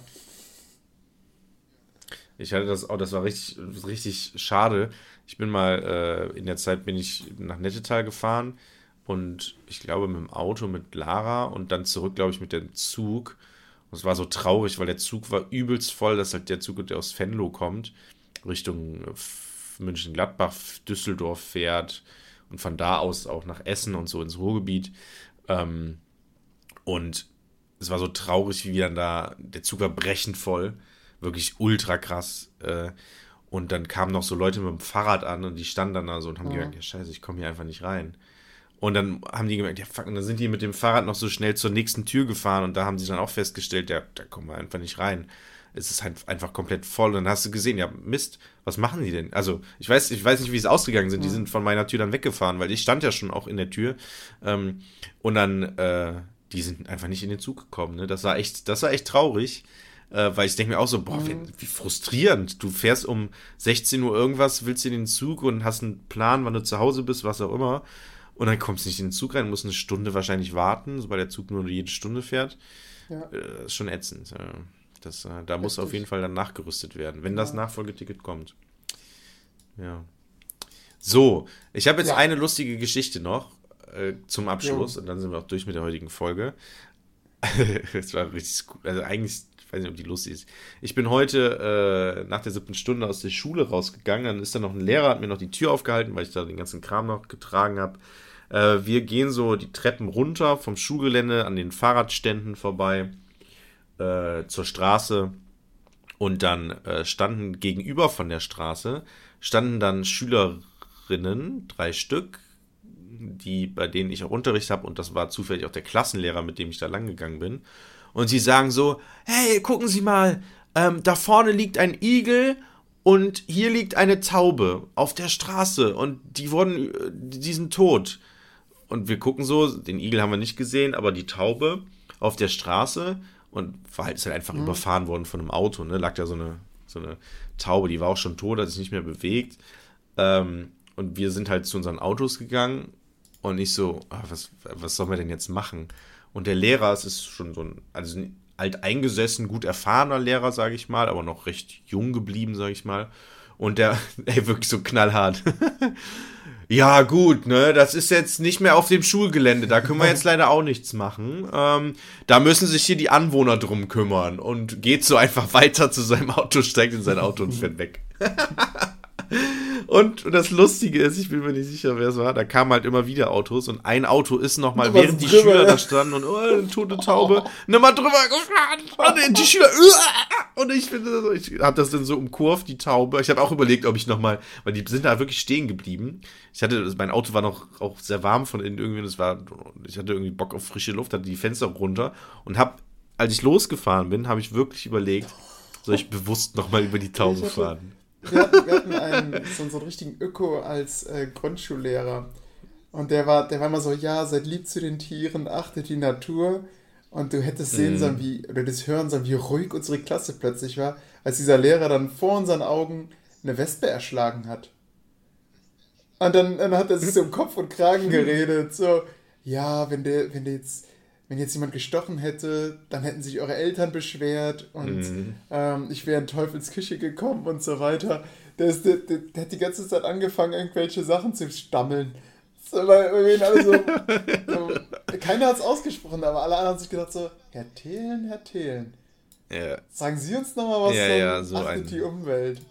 Ich hatte das auch, das war richtig, richtig schade. Ich bin mal, äh, in der Zeit bin ich nach Nettetal gefahren und ich glaube mit dem Auto mit Lara und dann zurück, glaube ich, mit dem Zug. Und es war so traurig, weil der Zug war übelst voll. Das ist halt der Zug, der aus Venlo kommt, Richtung F- München-Gladbach, Düsseldorf fährt und von da aus auch nach Essen und so ins Ruhrgebiet. Ähm, und es war so traurig, wie dann da, der Zug war brechend voll. Wirklich ultra krass. Äh, und dann kamen noch so Leute mit dem Fahrrad an und die standen dann da so und haben Mhm. gemerkt, ja scheiße, ich komme hier einfach nicht rein. Und dann haben die gemerkt, ja fuck, und dann sind die mit dem Fahrrad noch so schnell zur nächsten Tür gefahren und da haben sie dann auch festgestellt, ja, da kommen wir einfach nicht rein. Es ist halt einfach komplett voll. Und dann hast du gesehen, ja Mist, was machen die denn? Also ich weiß, ich weiß nicht, wie es ausgegangen sind. Die sind von meiner Tür dann weggefahren, weil ich stand ja schon auch in der Tür. Ähm, und dann, äh, die sind einfach nicht in den Zug gekommen. Ne? Das war echt, das war echt traurig. Äh, weil ich denke mir auch so, boah, wie, wie frustrierend. Du fährst um sechzehn Uhr irgendwas, willst in den Zug und hast einen Plan, wann du zu Hause bist, was auch immer. Und dann kommst du nicht in den Zug rein, musst eine Stunde wahrscheinlich warten, so weil der Zug nur jede Stunde fährt. Ja. Äh, ist schon ätzend. Das, äh, da muss auf jeden Fall dann nachgerüstet werden, wenn ja. das Nachfolgeticket kommt. Ja. So, ich habe jetzt ja. eine lustige Geschichte noch äh, zum Abschluss jo. und dann sind wir auch durch mit der heutigen Folge. Das war richtig gut. Also eigentlich, ich weiß nicht, ob die lustig ist. Ich bin heute äh, nach der siebten Stunde aus der Schule rausgegangen. Dann ist da noch ein Lehrer, hat mir noch die Tür aufgehalten, weil ich da den ganzen Kram noch getragen habe. Äh, wir gehen so die Treppen runter vom Schulgelände an den Fahrradständen vorbei äh, zur Straße. Und dann äh, standen gegenüber von der Straße, standen dann Schülerinnen, drei Stück, die, bei denen ich auch Unterricht habe, und das war zufällig auch der Klassenlehrer, mit dem ich da lang gegangen bin. Und sie sagen so, hey, gucken Sie mal, ähm, da vorne liegt ein Igel und hier liegt eine Taube auf der Straße und die wurden, die sind tot. Und wir gucken so, den Igel haben wir nicht gesehen, aber die Taube auf der Straße, und war halt, ist halt einfach mhm. überfahren worden von einem Auto, ne, lag da so eine, so eine Taube, die war auch schon tot, hat sich nicht mehr bewegt. Ähm, und wir sind halt zu unseren Autos gegangen. Und ich so, ach, was, was sollen wir denn jetzt machen? Und der Lehrer, es ist schon so ein, also ein alteingesessen, gut erfahrener Lehrer, sage ich mal, aber noch recht jung geblieben, sage ich mal. Und der, ey, wirklich so knallhart. Ja, gut, ne, das ist jetzt nicht mehr auf dem Schulgelände, da können wir jetzt leider auch nichts machen. Ähm, da müssen sich hier die Anwohner drum kümmern. Und geht so einfach weiter zu seinem Auto, steigt in sein Auto und fährt weg. Und, und das Lustige ist, ich bin mir nicht sicher, wer es war, da kamen halt immer wieder Autos und ein Auto ist nochmal, während die drüber, Schüler ja. da standen und, oh, eine tote Taube, nochmal drüber gefahren und die Schüler, und ich finde so, ich hab das dann so umkurvt, die Taube. Ich habe auch überlegt, ob ich nochmal, weil die sind da wirklich stehen geblieben. Ich hatte, mein Auto war noch auch sehr warm von innen irgendwie, das war, ich hatte irgendwie Bock auf frische Luft, hatte die Fenster runter und hab, als ich losgefahren bin, habe ich wirklich überlegt, soll ich bewusst nochmal über die Taube fahren? Wir hatten, wir hatten einen, so, so einen richtigen Öko als äh, Grundschullehrer. Und der war, der war immer so, ja, seid lieb zu den Tieren, achtet die Natur. Und du hättest sehen mm. sollen, wie, oder das hören sollen, wie ruhig unsere Klasse plötzlich war, als dieser Lehrer dann vor unseren Augen eine Wespe erschlagen hat. Und dann, dann hat er sich so um Kopf und Kragen geredet, so, ja, wenn der, wenn der jetzt... Wenn jetzt jemand gestochen hätte, dann hätten sich eure Eltern beschwert und mhm. ähm, ich wäre in Teufels Küche gekommen und so weiter. Der, ist, der, der, der hat die ganze Zeit angefangen, irgendwelche Sachen zu stammeln. So, weil, weil wir alle so, so, keiner hat es ausgesprochen, aber alle anderen haben sich gedacht so, Herr Thelen, Herr Thelen, ja. sagen Sie uns nochmal was, ja, von ja, so achtet ein... die Umwelt.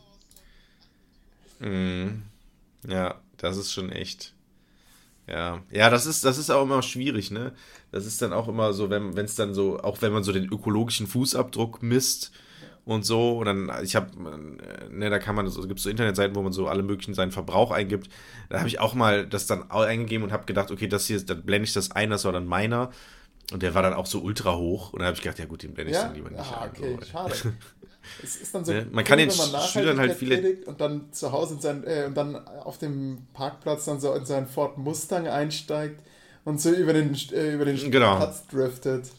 Mhm. Ja, das ist schon echt... Ja, ja, das ist, das ist auch immer schwierig, ne? Das ist dann auch immer so, wenn es dann so, auch wenn man so den ökologischen Fußabdruck misst und so, und dann, ich habe, ne, da kann man, so, gibt es so Internetseiten, wo man so alle möglichen seinen Verbrauch eingibt. Da habe ich auch mal das dann eingegeben und habe gedacht, okay, das hier, dann blende ich das ein, das war dann meiner. Und der war dann auch so ultra hoch. Und dann habe ich gedacht, ja gut, den blende ich ja? dann lieber nicht ah, ein. Okay, so. Schade. Es ist dann so, ne? Man kann den Schülern halt viele... Und dann zu Hause in sein, äh, und dann auf dem Parkplatz dann so in seinen Ford Mustang einsteigt und so über den, äh, über den genau. Platz driftet.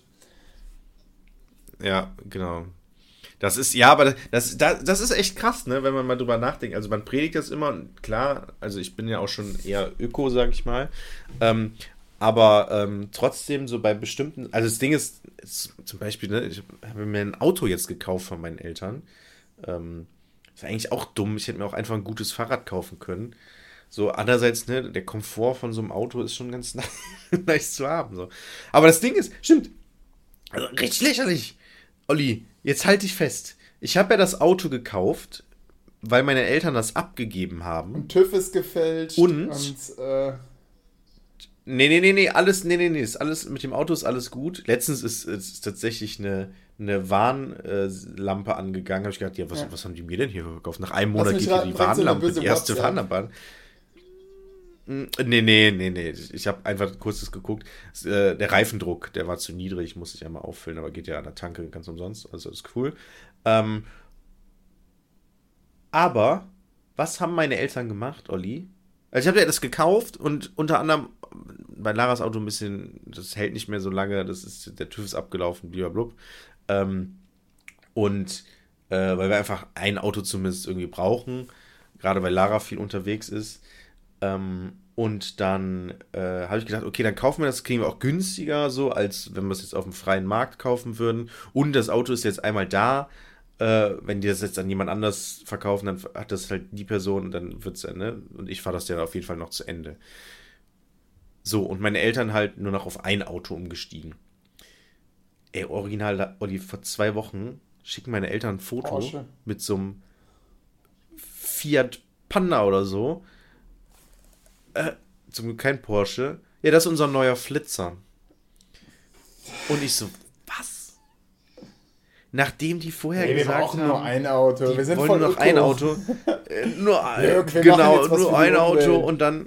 Ja, genau. Das ist, ja, aber das, das, das ist echt krass, ne, wenn man mal drüber nachdenkt. Also man predigt das immer, und klar, also ich bin ja auch schon eher Öko, sag ich mal, ähm, aber ähm, trotzdem so bei bestimmten, also das Ding ist, ist zum Beispiel, ne, ich habe mir ein Auto jetzt gekauft von meinen Eltern. Ähm, ist eigentlich auch dumm, ich hätte mir auch einfach ein gutes Fahrrad kaufen können. So, andererseits, ne, der Komfort von so einem Auto ist schon ganz nice zu haben. So. Aber das Ding ist, stimmt, also richtig lächerlich. Olli, jetzt halt dich fest. Ich habe ja das Auto gekauft, weil meine Eltern das abgegeben haben. Und TÜV ist gefälscht. Und, und äh Nee, nee, nee, nee, alles, nee, nee, nee, ist alles, mit dem Auto ist alles gut. Letztens ist, ist tatsächlich eine, eine Warnlampe angegangen. Habe ich gedacht, ja, was, ja. was haben die mir denn hier gekauft? Nach einem Monat geht hier die Warnlampe, die erste Warnlampe. Nee, nee, nee, nee. Ich habe einfach kurzes geguckt. Der Reifendruck, der war zu niedrig, muss ich einmal auffüllen, aber geht ja an der Tanke ganz umsonst, also ist cool. Ähm, aber, was haben meine Eltern gemacht, Olli? Also ich habe ja das gekauft und unter anderem bei Laras Auto ein bisschen, das hält nicht mehr so lange, das ist, der TÜV ist abgelaufen, blablabla. Ähm, Und äh, weil wir einfach ein Auto zumindest irgendwie brauchen, gerade weil Lara viel unterwegs ist. Ähm, und dann äh, habe ich gedacht, okay, dann kaufen wir das, kriegen wir auch günstiger, so, als wenn wir es jetzt auf dem freien Markt kaufen würden. Und das Auto ist jetzt einmal da. Äh, wenn die das jetzt an jemand anders verkaufen, dann hat das halt die Person und dann wird es, ne? Und ich fahre das ja auf jeden Fall noch zu Ende. So, und meine Eltern halt nur noch auf ein Auto umgestiegen. Ey, original, Olli, vor zwei Wochen schicken meine Eltern ein Foto Porsche. mit so einem Fiat Panda oder so. Äh, zum Glück kein Porsche. Ja, das ist unser neuer Flitzer. Und ich so, was? Nachdem die vorher Hey, wir gesagt brauchen haben, nur ein Auto. die Wir sind wollen voll nur noch öko. ein Auto. Äh, nur ein, Jörg, wir machen genau, jetzt was nur für die ein Auto Umwelt. und dann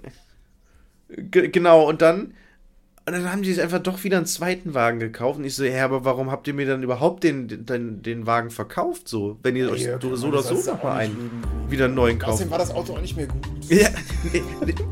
G- genau, und dann und dann haben die sich einfach doch wieder einen zweiten Wagen gekauft. Und ich so, ja, aber warum habt ihr mir dann überhaupt den, den, den Wagen verkauft, so? Wenn ihr Ey, euch Jörg, so, so Mann, oder das so sollst du nochmal auch nicht einen, lügen. wieder einen neuen kaufen. Außerdem war das Auto auch nicht mehr gut. Ja, nee,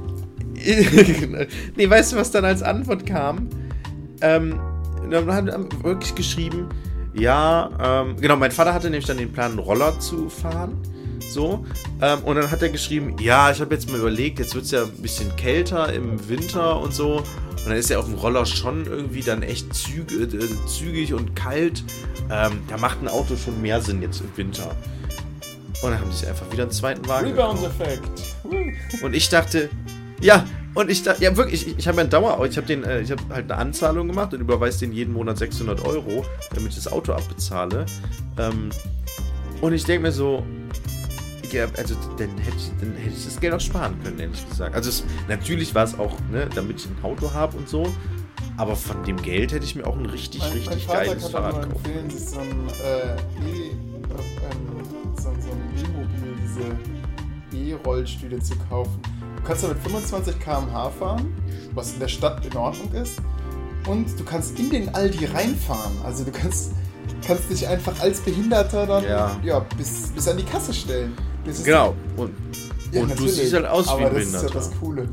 nee, nee, weißt du, was dann als Antwort kam? Ähm, dann haben haben wirklich geschrieben, ja, ähm, genau, mein Vater hatte nämlich dann den Plan, einen Roller zu fahren. So, ähm, und dann hat er geschrieben, ja, ich habe jetzt mal überlegt, jetzt wird es ja ein bisschen kälter im Winter und so. Und dann ist ja auf dem Roller schon irgendwie dann echt züg, äh, zügig und kalt. Ähm, da macht ein Auto schon mehr Sinn jetzt im Winter. Und dann haben sie sich einfach wieder einen zweiten Wagen gekauft. Rebound-Effekt. Und ich dachte, ja, und ich dachte, ja wirklich, ich, ich habe ja einen Dauer, ich habe den, äh, ich habe halt eine Anzahlung gemacht und überweise den jeden Monat sechshundert Euro, damit ich das Auto abbezahle. Ähm, und ich denke mir so, ja, also dann hätte ich, dann hätte ich das Geld auch sparen können, ehrlich gesagt. Also es, natürlich war es auch, ne, damit ich ein Auto habe und so, aber von dem Geld hätte ich mir auch ein richtig, Mein, mein richtig Vater geiles kann Fahrrad auch nur kaufen. empfehlen, sich so ein äh, E, äh, ähm, so, so ein E-Mobil, diese E-Rollstühle zu kaufen. Du kannst damit fünfundzwanzig Kilometer pro Stunde fahren, was in der Stadt in Ordnung ist. Und du kannst in den Aldi reinfahren. Also du kannst, kannst dich einfach als Behinderter dann Ja. ja, bis, bis an die Kasse stellen. Das ist Genau. Und, Ja, und du natürlich. siehst halt aus wie Aber ein das ist ja Behinderter. das Coole.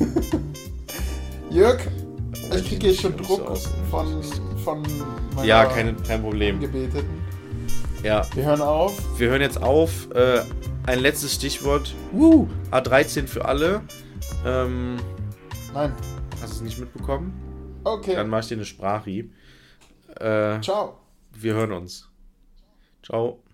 Jörg, Weiß ich kriege hier nicht, schon wie das Druck aussieht. von, von meiner Ja, keine, kein Problem. Gebeteten. Ja, Wir hören auf. wir hören jetzt auf. Äh, ein letztes Stichwort. Woo, A dreizehn für alle. Ähm, Nein. hast du es nicht mitbekommen? Okay. Dann mach ich dir eine Sprachri. Äh, Ciao. wir hören uns. Ciao.